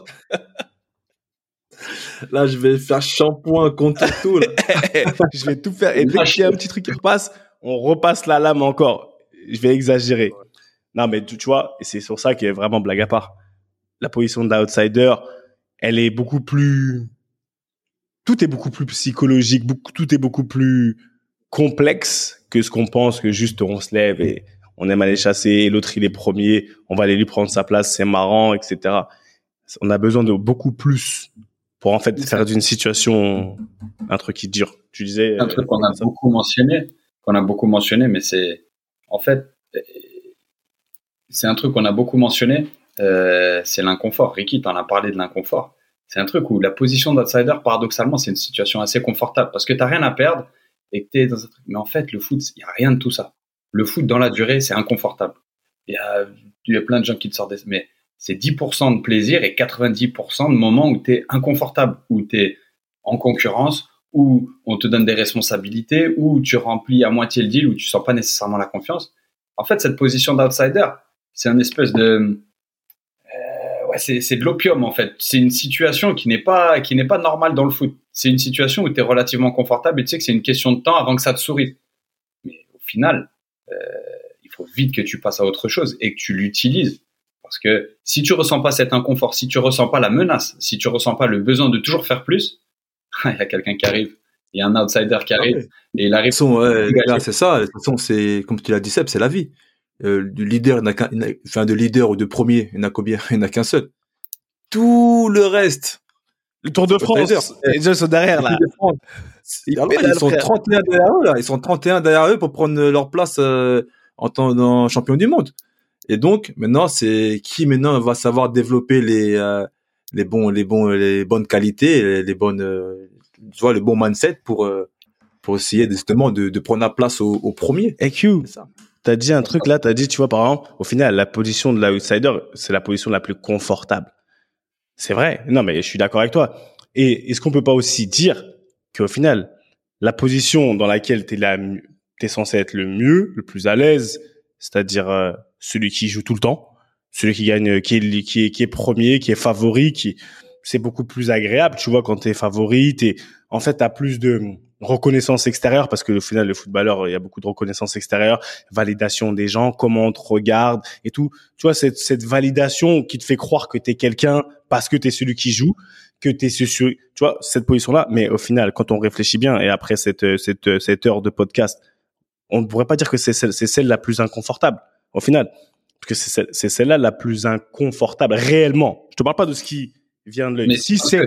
Là, je vais faire shampoing, contour, tout, là. Je vais tout faire. Et dès qu'il y a un petit truc qui repasse, on repasse la lame encore. Je vais exagérer. Non, mais tu vois, et c'est sur ça qu'il y a vraiment blague à part. La position de l'outsider, elle est beaucoup plus... Tout est beaucoup plus psychologique, tout est beaucoup plus complexe que ce qu'on pense que juste on se lève et on aime aller chasser, l'autre il est premier, on va aller lui prendre sa place, c'est marrant, etc. On a besoin de beaucoup plus pour en fait faire d'une situation un truc qui dure. Tu disais un truc qu'on a beaucoup mentionné, mais c'est en fait c'est un truc qu'on a beaucoup mentionné, c'est l'inconfort. Ricky, t'en as parlé de l'inconfort. C'est un truc où la position d'outsider, paradoxalement, c'est une situation assez confortable parce que t'as rien à perdre et que t'es dans un truc. Mais en fait, le foot, il y a rien de tout ça. Le foot, dans la durée, c'est inconfortable. Il y a plein de gens qui te sortent mais c'est 10% de plaisir et 90% de moments où t'es inconfortable, où t'es en concurrence, où on te donne des responsabilités, où tu remplis à moitié le deal, où tu sens pas nécessairement la confiance. En fait, cette position d'outsider, c'est un espèce de c'est de l'opium en fait. C'est une situation qui n'est pas normale dans le foot. C'est une situation où tu es relativement confortable et tu sais que c'est une question de temps avant que ça te sourie. Mais au final, il faut vite que tu passes à autre chose et que tu l'utilises. Parce que si tu ressens pas cet inconfort, si tu ressens pas la menace, si tu ressens pas le besoin de toujours faire plus, il y a quelqu'un qui arrive. Il y a un outsider qui arrive et il arrive. C'est ça. De toute façon, c'est comme tu l'as dit, Seb, c'est la vie. Du leader, de leader ou de premier, il n'y en a combien? Il n'y en a qu'un seul. Tout le reste. Le Tour de France. Les gens sont derrière, là. Ils sont 31 derrière eux, là. Ils sont 31 derrière eux pour prendre leur place, en tant que champion du monde. Et donc, maintenant, c'est qui maintenant va savoir développer les bonnes qualités, les bonnes, tu vois, le bon mindset pour essayer justement de prendre la place au premier. Et Q, t'as dit un truc là, t'as dit, tu vois, par exemple, au final, la position de l'outsider, c'est la position la plus confortable. C'est vrai. Non, mais je suis d'accord avec toi. Et est-ce qu'on peut pas aussi dire qu'au final, la position dans laquelle t'es censé être le mieux, le plus à l'aise, c'est-à-dire celui qui joue tout le temps, celui qui gagne, qui est premier, qui est favori, c'est beaucoup plus agréable, tu vois, quand t'es favori, en fait, t'as plus de reconnaissance extérieure parce que au final, le footballeur, il y a beaucoup de reconnaissance extérieure, validation des gens, comment on te regarde et tout. Tu vois, cette validation qui te fait croire que t'es quelqu'un parce que t'es celui qui joue, que t'es tu vois, cette position-là. Mais au final, quand on réfléchit bien et après cette heure de podcast, on ne pourrait pas dire que c'est celle la plus inconfortable au final. Parce que c'est celle-là la plus inconfortable réellement. Je te parle pas de ce qui vient de l'œil. Si c'est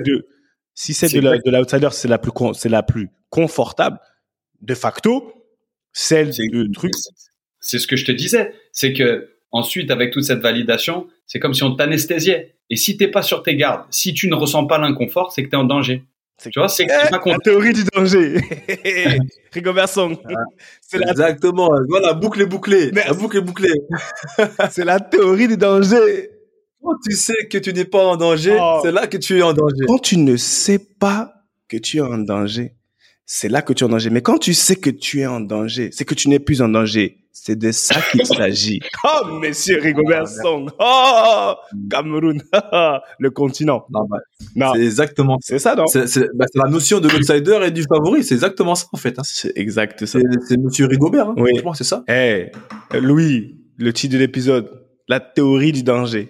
de l'outsider, c'est la plus confortable, de facto, celle de truc. C'est ce que je te disais. C'est que, ensuite, avec toute cette validation, c'est comme si on t'anesthésiait. Et si t'es pas sur tes gardes, si tu ne ressens pas l'inconfort, c'est que t'es en danger. Tu vois, c'est pas la théorie du danger. Rigobert Song. Exactement. Voilà, boucle est bouclée. La boucle est bouclée. C'est la théorie du danger. Quand tu sais que tu n'es pas en danger, c'est là que tu es en danger. Quand tu ne sais pas que tu es en danger, c'est là que tu es en danger. Mais quand tu sais que tu es en danger, c'est que tu n'es plus en danger. C'est de ça qu'il s'agit. Oh, monsieur Rigobert Song. Oh, Cameroun. Le continent. Non. C'est exactement. C'est ça, non? C'est la notion de l'outsider et du favori. C'est exactement ça, en fait. Hein. C'est exact ça. C'est monsieur Rigobert. Hein. Oui. Franchement, c'est ça. Louis, le titre de l'épisode. La théorie du danger.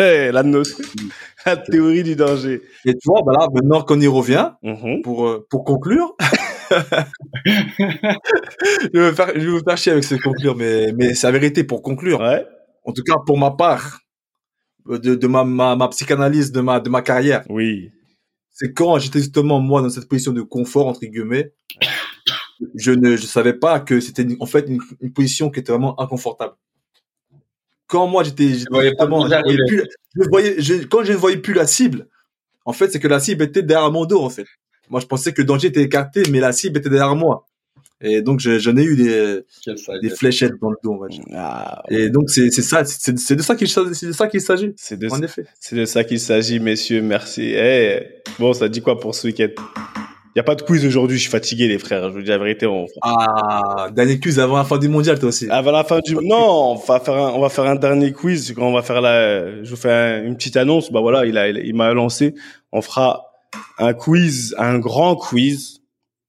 La théorie du danger. Et tu vois, là, maintenant qu'on y revient, pour conclure, je vais vous faire chier avec ce conclure, mais c'est la vérité pour conclure. Ouais. En tout cas, pour ma part, de ma psychanalyse de ma carrière. Oui. C'est quand j'étais justement, moi, dans cette position de confort, entre guillemets, je savais pas que c'était, en fait, une position qui était vraiment inconfortable. quand moi j'étais voyais pas le justement, danger arriver. quand je ne voyais plus la cible, en fait, c'est que la cible était derrière mon dos, en fait. Moi, je pensais que le danger était écarté, mais la cible était derrière moi. Et donc, j'en ai eu Quelle des sagesse. fléchettes dans le dos, on va dire. Ah, Et donc, c'est ça, c'est de ça qu'il s'agit. c'est de, En effet. c'est de ça qu'il s'agit, messieurs. Merci. Bon, ça dit quoi pour ce week-end? Il n'y a pas de quiz aujourd'hui. Je suis fatigué, les frères. Je vous dis la vérité. Ah, dernier quiz avant la fin du mondial, toi aussi. Avant la fin du, non, on va faire un dernier quiz. Quand on va faire je vous fais une petite annonce. Bah voilà, il m'a lancé. On fera un quiz, un grand quiz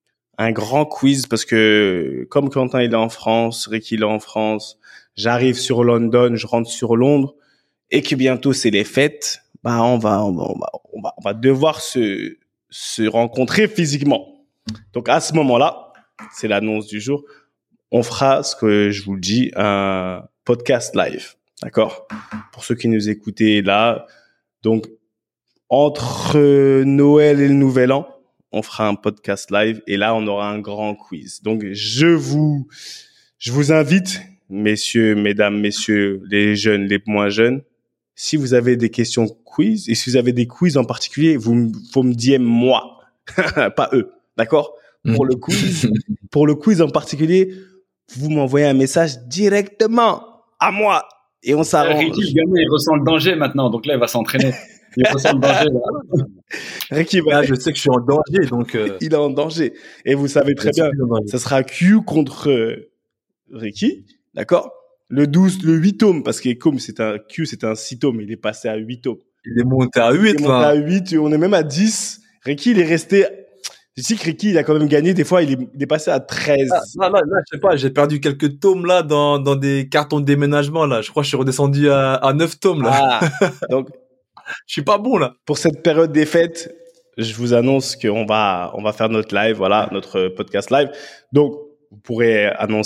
parce que comme Quentin il est en France, Ricky il est en France, j'arrive sur London, je rentre sur Londres et que bientôt c'est les fêtes, bah on va devoir se rencontrer physiquement. Donc à ce moment-là, c'est l'annonce du jour, on fera ce que je vous le dis, un podcast live. D'accord? Pour ceux qui nous écoutez là, donc entre Noël et le Nouvel An, on fera un podcast live et là, on aura un grand quiz. Donc, je vous invite, messieurs, mesdames, messieurs, les jeunes, les moins jeunes, si vous avez des questions quiz et si vous avez des quiz en particulier, faut me dire moi, pas eux. D'accord? Pour le quiz en particulier, vous m'envoyez un message directement à moi et on s'arrange. Ricky, le gamin, il ressent le danger maintenant, donc là, il va s'entraîner. Il ressent le danger, là. Ricky, Là, je sais que je suis en danger, donc. il est en danger. Et vous savez très bien, ça sera Q contre Ricky, d'accord? Le 8 tomes, parce que comme c'était un 6 tomes, il est passé à 8 tomes. Il est monté à 8, Il est monté à 8, on est même à 10. Ricky, il est resté. Je sais que Ricky, il a quand même gagné. Des fois, il est passé à 13. Là, je sais pas, j'ai perdu quelques tomes, là, dans des cartons de déménagement, là. Je crois que je suis redescendu à 9 tomes, là. Donc, je suis pas bon, là. Pour cette période des fêtes, je vous annonce qu'on va faire notre live, voilà, notre podcast live. Donc, vous pourrez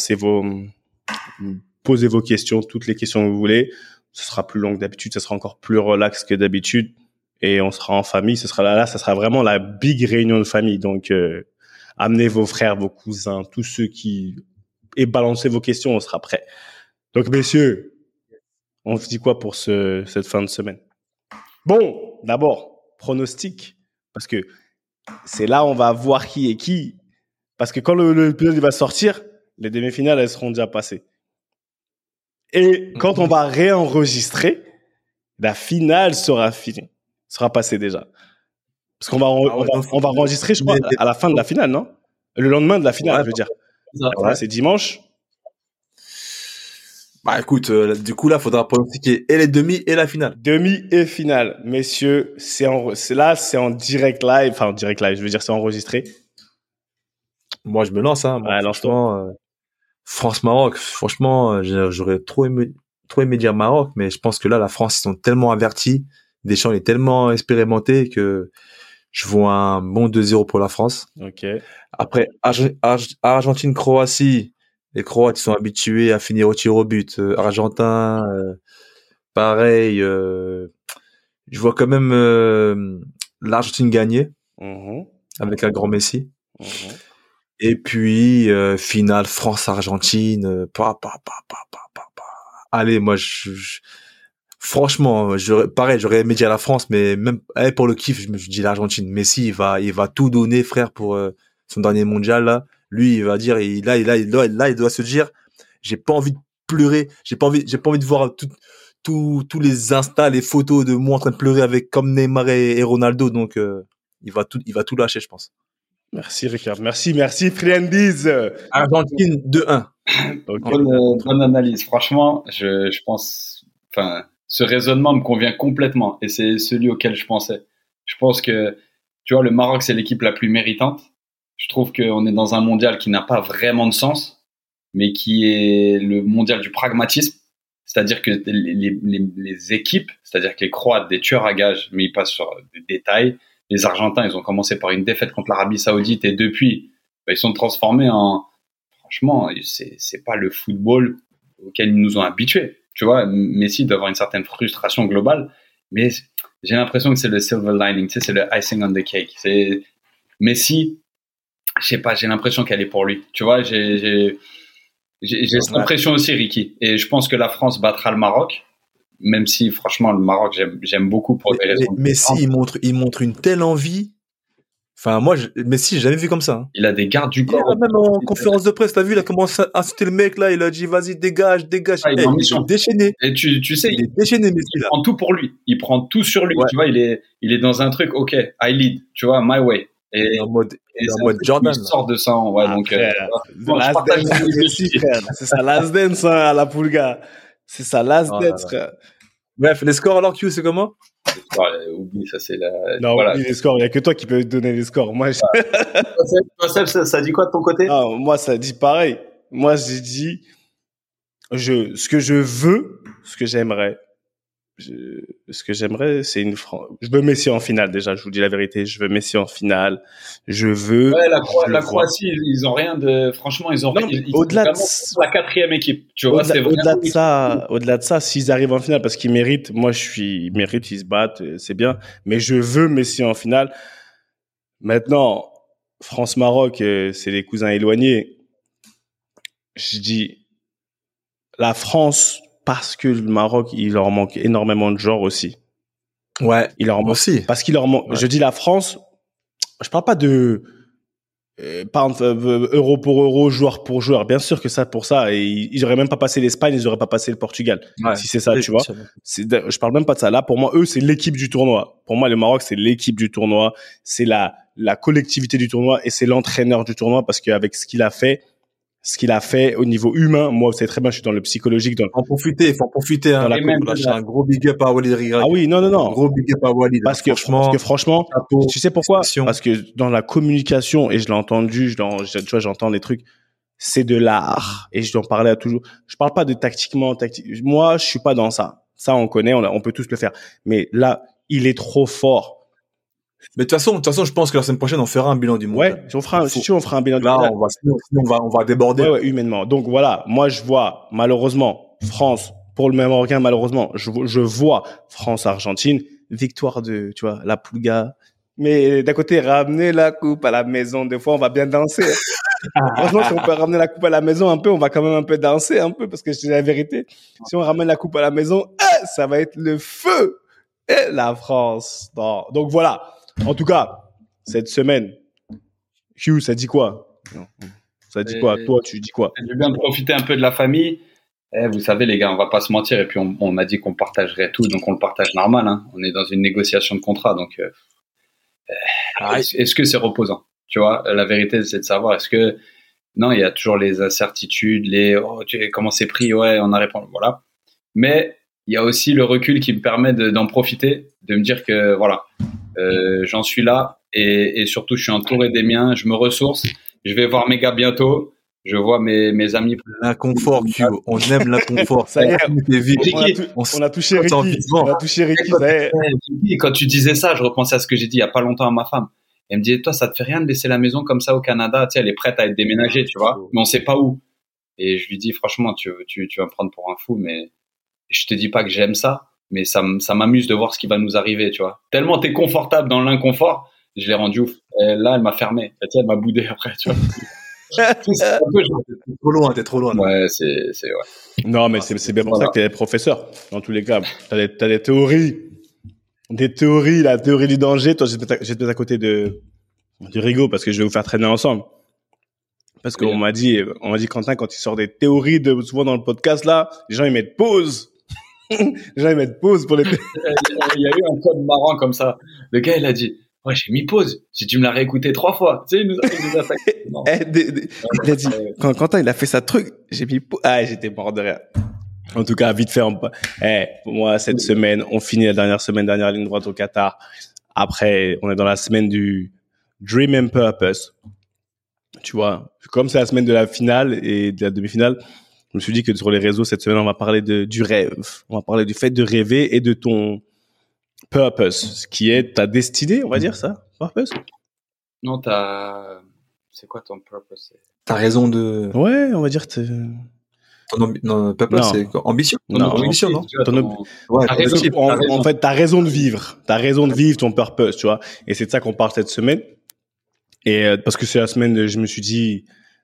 poser vos questions, toutes les questions que vous voulez. Ce sera plus long que d'habitude, ce sera encore plus relax que d'habitude. Et on sera en famille, ça sera vraiment la big réunion de famille. Donc, amenez vos frères, vos cousins, tous ceux et balancez vos questions, on sera prêts. Donc, messieurs, on se dit quoi pour cette fin de semaine? Bon, d'abord, pronostic, parce que c'est là où on va voir qui est qui. Parce que quand l'épisode va sortir, les demi-finales, elles seront déjà passées. Et quand on va réenregistrer, la finale sera finie. Sera passée déjà. Parce qu'on va enregistrer, je crois, à la fin de la finale, non? Le lendemain de la finale, je veux dire. Ouais, c'est dimanche. Bah écoute, du coup là, faudra pronostiquer et les demi et la finale. Demi et finale, messieurs, c'est en direct live, enfin en direct live, je veux dire c'est enregistré. Moi je me lance, hein. Moi, franchement, France-Maroc, franchement, j'aurais trop aimé dire Maroc, mais je pense que là la France ils sont tellement avertis, Deschamps est tellement expérimenté que je vois un bon 2-0 pour la France. Ok. Après Argentine-Croatie. Les Croates sont habitués à finir au tir au but. Argentin, pareil. Je vois quand même l'Argentine gagner avec un grand Messi. Et puis finale France-Argentine. Allez, moi, franchement, j'aurais aimé dire la France, mais même pour le kiff, je me dis l'Argentine. Messi, il va tout donner, frère, pour son dernier mondial là. Lui, il va dire, il doit se dire, j'ai pas envie de pleurer, j'ai pas envie de voir tous les Insta, les photos de moi en train de pleurer comme Neymar et Ronaldo. Donc, il va tout lâcher, je pense. Merci, Ricard. Merci, friendies. Argentine 2-1. Bonne analyse. Franchement, je pense, enfin, ce raisonnement me convient complètement et c'est celui auquel je pensais. Je pense que, tu vois, le Maroc, c'est l'équipe la plus méritante. Je trouve qu'on est dans un mondial qui n'a pas vraiment de sens, mais qui est le mondial du pragmatisme. C'est-à-dire que les équipes, c'est-à-dire que les Croates, des tueurs à gages, mais ils passent sur des détails. Les Argentins, ils ont commencé par une défaite contre l'Arabie Saoudite et depuis, ils sont transformés en... Franchement, c'est pas le football auquel ils nous ont habitués. Tu vois, Messi doit avoir une certaine frustration globale, mais j'ai l'impression que c'est le silver lining, tu sais, c'est le icing on the cake. C'est Messi... Je sais pas, j'ai l'impression qu'elle est pour lui. Tu vois, j'ai J'ai cette impression aussi, Ricky. Et je pense que la France battra le Maroc. Même si, franchement, le Maroc, j'aime beaucoup pour des raisons. Messi, il montre une telle envie. Enfin, moi, Messi, j'ai jamais vu comme ça. Hein. Il a des gardes du corps. Même en conférence de presse, t'as vu, il a commencé à inciter le mec, là, il a dit, vas-y, dégage. Ah, il est déchaîné. Et tu sais, il est déchaîné, Messi, il là. prend tout pour lui. Il prend tout sur lui. Ouais. Tu vois, il est dans un truc, OK, I lead. Tu vois, my way. Et en mode Jordan. Il sort de ça, ouais. Donc, c'est ça, last dance, hein, à la Pulga. C'est ça, last dance, frère. Bref, les scores alors, Q, c'est comment? Oublie, ça c'est la. Non, voilà. Oublie les scores. Il n'y a que toi qui peux donner les scores. Moi, ça dit quoi de ton côté? Non, moi, ça dit pareil. Moi, j'ai dit, ce que je veux, ce que j'aimerais, c'est une France. Je veux Messi en finale, déjà. Je vous dis la vérité. Je veux Messi en finale. Je veux. Ouais, la Croatie, ils ont rien de. Franchement, ils ont rien. Au-delà de la quatrième équipe. Tu vois, au-delà de ça, s'ils arrivent en finale, parce qu'ils méritent. Moi, ils méritent, ils se battent, c'est bien. Mais je veux Messi en finale. Maintenant, France-Maroc, c'est les cousins éloignés. Je dis, la France, parce que le Maroc, il leur manque énormément de genres aussi. Ouais. Il leur manque aussi. Parce qu'il leur manque. Ouais. Je dis la France. Je parle pas de euro pour euro, joueur pour joueur. Bien sûr que ça pour ça. Et ils auraient même pas passé l'Espagne, ils auraient pas passé le Portugal. Ouais. Si c'est ça, tu vois. Je parle même pas de ça. Là, pour moi, eux, c'est l'équipe du tournoi. Pour moi, le Maroc, c'est l'équipe du tournoi. C'est la collectivité du tournoi et c'est l'entraîneur du tournoi parce qu'avec ce qu'il a fait au niveau humain, moi, c'est très bien, je suis dans le psychologique. Il faut en profiter. Hein, un gros big up à Walid Regragui. Ah oui, non. Un gros big up à Walid. Parce que franchement, tu sais pourquoi? Parce que dans la communication, et je l'ai entendu, tu vois, j'entends des trucs, c'est de l'art. Et je dois en parler à toujours. Je parle pas de tactique. Moi, je suis pas dans ça. Ça, on connaît, on peut tous le faire. Mais là, il est trop fort. Mais de toute façon, je pense que la semaine prochaine, on fera un bilan du monde. Ouais, on fera un bilan du monde. Là, on va déborder. Ouais, humainement. Donc voilà, moi je vois malheureusement France pour le Marocain, malheureusement, je vois France-Argentine, victoire de, tu vois, la Pulga. Mais d'un côté, ramener la coupe à la maison, des fois, on va bien danser. Franchement, si on peut ramener la coupe à la maison un peu, on va quand même un peu danser un peu, parce que je dis la vérité. Si on ramène la coupe à la maison, ça va être le feu. Et la France. Non. Donc voilà. En tout cas, cette semaine, Q, ça dit quoi? Ça dit quoi? Toi, tu dis quoi? J'ai bien profiter un peu de la famille. Vous savez, les gars, on va pas se mentir. Et puis, on m'a dit qu'on partagerait tout, donc on le partage normal. Hein. On est dans une négociation de contrat, donc est-ce que c'est reposant? Tu vois, la vérité, c'est de savoir est-ce que non, il y a toujours les incertitudes, comment c'est pris, ouais, on a répondu, voilà. Mais il y a aussi le recul qui me permet d'en profiter, de me dire que voilà. J'en suis là et surtout je suis entouré des miens, je me ressource, je vais voir mes gars bientôt, je vois mes amis. L'inconfort, Q, on aime l'inconfort. Ça y est, on a touché Ricky. Quand tu disais ça, je repensais à ce que j'ai dit il y a pas longtemps à ma femme. Elle me disait, toi, ça te fait rien de laisser la maison comme ça au Canada, tu sais, elle est prête à être déménagée, tu vois, mais on sait pas où. Et je lui dis, franchement, tu vas me prendre pour un fou, mais je te dis pas que j'aime ça. Mais ça m'amuse de voir ce qui va nous arriver, tu vois. Tellement t'es confortable dans l'inconfort, je l'ai rendu ouf. Et là, elle m'a fermé. Et elle m'a boudé après, tu vois. T'es trop loin. Ouais, c'est ouais. Non, mais c'est bien pour ça que t'es professeur. Dans tous les cas, t'as des théories. Des théories, la théorie du danger. Toi, je vais te mettre à côté du Rigo parce que je vais vous faire traîner ensemble. Parce qu'on m'a dit, Quentin, quand il sort des théories souvent dans le podcast, là, les gens, ils mettent pause. Les gens, ils mettent pause pour les. Il y a eu un code marrant comme ça. Le gars, il a dit, ouais, j'ai mis pause. Si tu me l'as réécouté 3 fois. Tu sais, il nous a fait. Il a dit, quand Quentin, il a fait sa truc, j'ai mis pause. Ah, j'étais mort de rire. En tout cas, vite fait, pour moi, cette semaine, on finit la dernière ligne droite au Qatar. Après, on est dans la semaine du Dream and Purpose. Tu vois, comme c'est la semaine de la finale et de la demi-finale, je me suis dit que sur les réseaux, cette semaine, on va parler du rêve. On va parler du fait de rêver et de ton purpose, qui est ta destinée, on va dire ça? Purpose? Non, c'est quoi ton purpose? Ta raison de... Ouais, on va dire... Non, purpose, c'est quoi? Ambition? Ambition, non? En fait, ta raison de vivre. Ta raison de vivre, ton purpose, tu vois. Et c'est de ça qu'on parle cette semaine. Et parce que c'est la semaine, je me suis dit...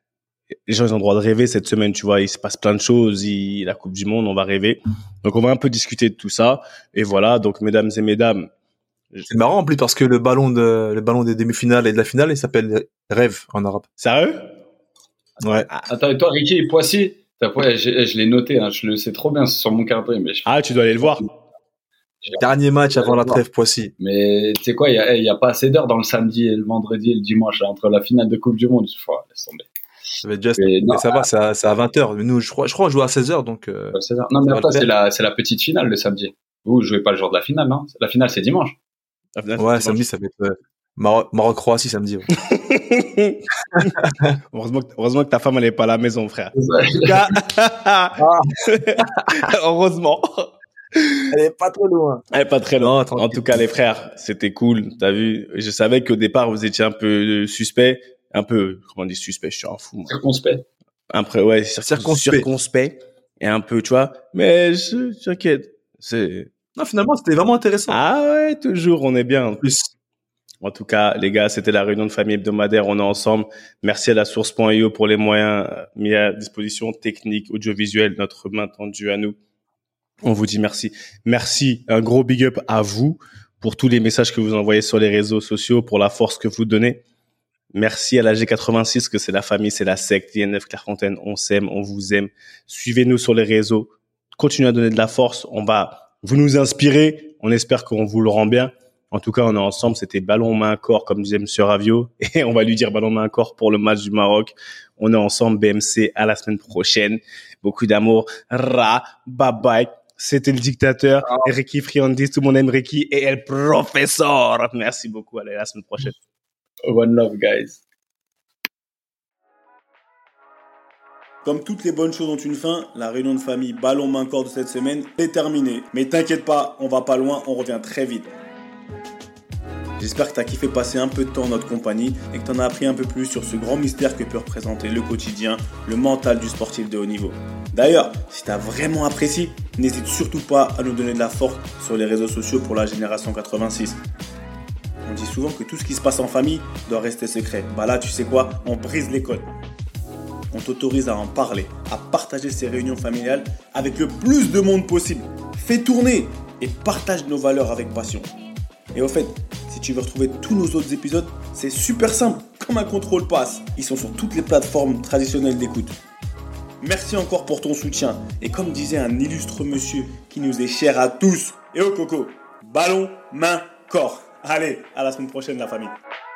les gens ils ont le droit de rêver cette semaine, tu vois, il se passe plein de choses, la Coupe du Monde, on va rêver. Donc on va un peu discuter de tout ça et voilà, donc mesdames et mesdames, c'est marrant en plus parce que le ballon des demi-finales et de la finale, il s'appelle Rêve en arabe. Sérieux? Ouais. Attends, et toi, Ricky et Poissy, je l'ai noté, hein, je le sais trop bien sur mon carnet, mais tu dois aller le voir. Dernier match avant la trêve Poissy. Mais tu sais quoi, il y a pas assez d'heures dans le samedi et le vendredi et le dimanche là, entre la finale de Coupe du Monde. Laisse tomber. Mais ça va, c'est à 20h. Nous, je crois on joue à 16h, donc. 16h. Non, mais après, c'est la petite finale le samedi. Vous jouez pas le jour de la finale, non? La finale, c'est dimanche. Ouais, samedi, ça va être Maroc-Croatie samedi. Ouais. heureusement que ta femme, elle est pas à la maison, frère. Heureusement. Elle est pas trop loin. Elle est pas très loin. Non, en tout cas, les frères, c'était cool. T'as vu? Je savais qu'au départ, vous étiez un peu suspect. Un peu, comment on dit suspect? Je suis un fou. Moi. Circonspect. Après, ouais, circonspect. Et un peu, tu vois. Mais t'inquiète. Non, finalement, c'était vraiment intéressant. Ah ouais, toujours, on est bien. En plus. En tout cas, les gars, c'était la réunion de famille hebdomadaire. On est ensemble. Merci à la source.io pour les moyens mis à disposition techniques, audiovisuels, notre main tendue à nous. On vous dit merci. Merci, un gros big up à vous pour tous les messages que vous envoyez sur les réseaux sociaux, pour la force que vous donnez. Merci à la G86, que c'est la famille, c'est la secte, INF Clairefontaine. On s'aime, on vous aime. Suivez-nous sur les réseaux. Continuez à donner de la force. Vous nous inspirez. On espère qu'on vous le rend bien. En tout cas, on est ensemble. C'était ballon main corps, comme disait Monsieur Ravio. Et on va lui dire ballon main corps pour le match du Maroc. On est ensemble. BMC, à la semaine prochaine. Beaucoup d'amour. Bye bye. C'était le dictateur. Ricky Friandis. Tout le monde aime Ricky et El Professeur. Merci beaucoup. Allez, à la semaine prochaine. One love, guys. Comme toutes les bonnes choses ont une fin, la réunion de famille ballon main corps de cette semaine est terminée. Mais t'inquiète pas, on va pas loin, on revient très vite. J'espère que tu as kiffé passer un peu de temps en notre compagnie et que tu en as appris un peu plus sur ce grand mystère que peut représenter le quotidien, le mental du sportif de haut niveau. D'ailleurs, si tu as vraiment apprécié, n'hésite surtout pas à nous donner de la force sur les réseaux sociaux pour la génération 86. On dit souvent que tout ce qui se passe en famille doit rester secret. Bah là, tu sais quoi? On brise les codes. On t'autorise à en parler, à partager ces réunions familiales avec le plus de monde possible. Fais tourner et partage nos valeurs avec passion. Et au fait, si tu veux retrouver tous nos autres épisodes, c'est super simple, comme un contrôle passe. Ils sont sur toutes les plateformes traditionnelles d'écoute. Merci encore pour ton soutien. Et comme disait un illustre monsieur qui nous est cher à tous, et au coco, ballon, main, corps. Allez, à la semaine prochaine la famille.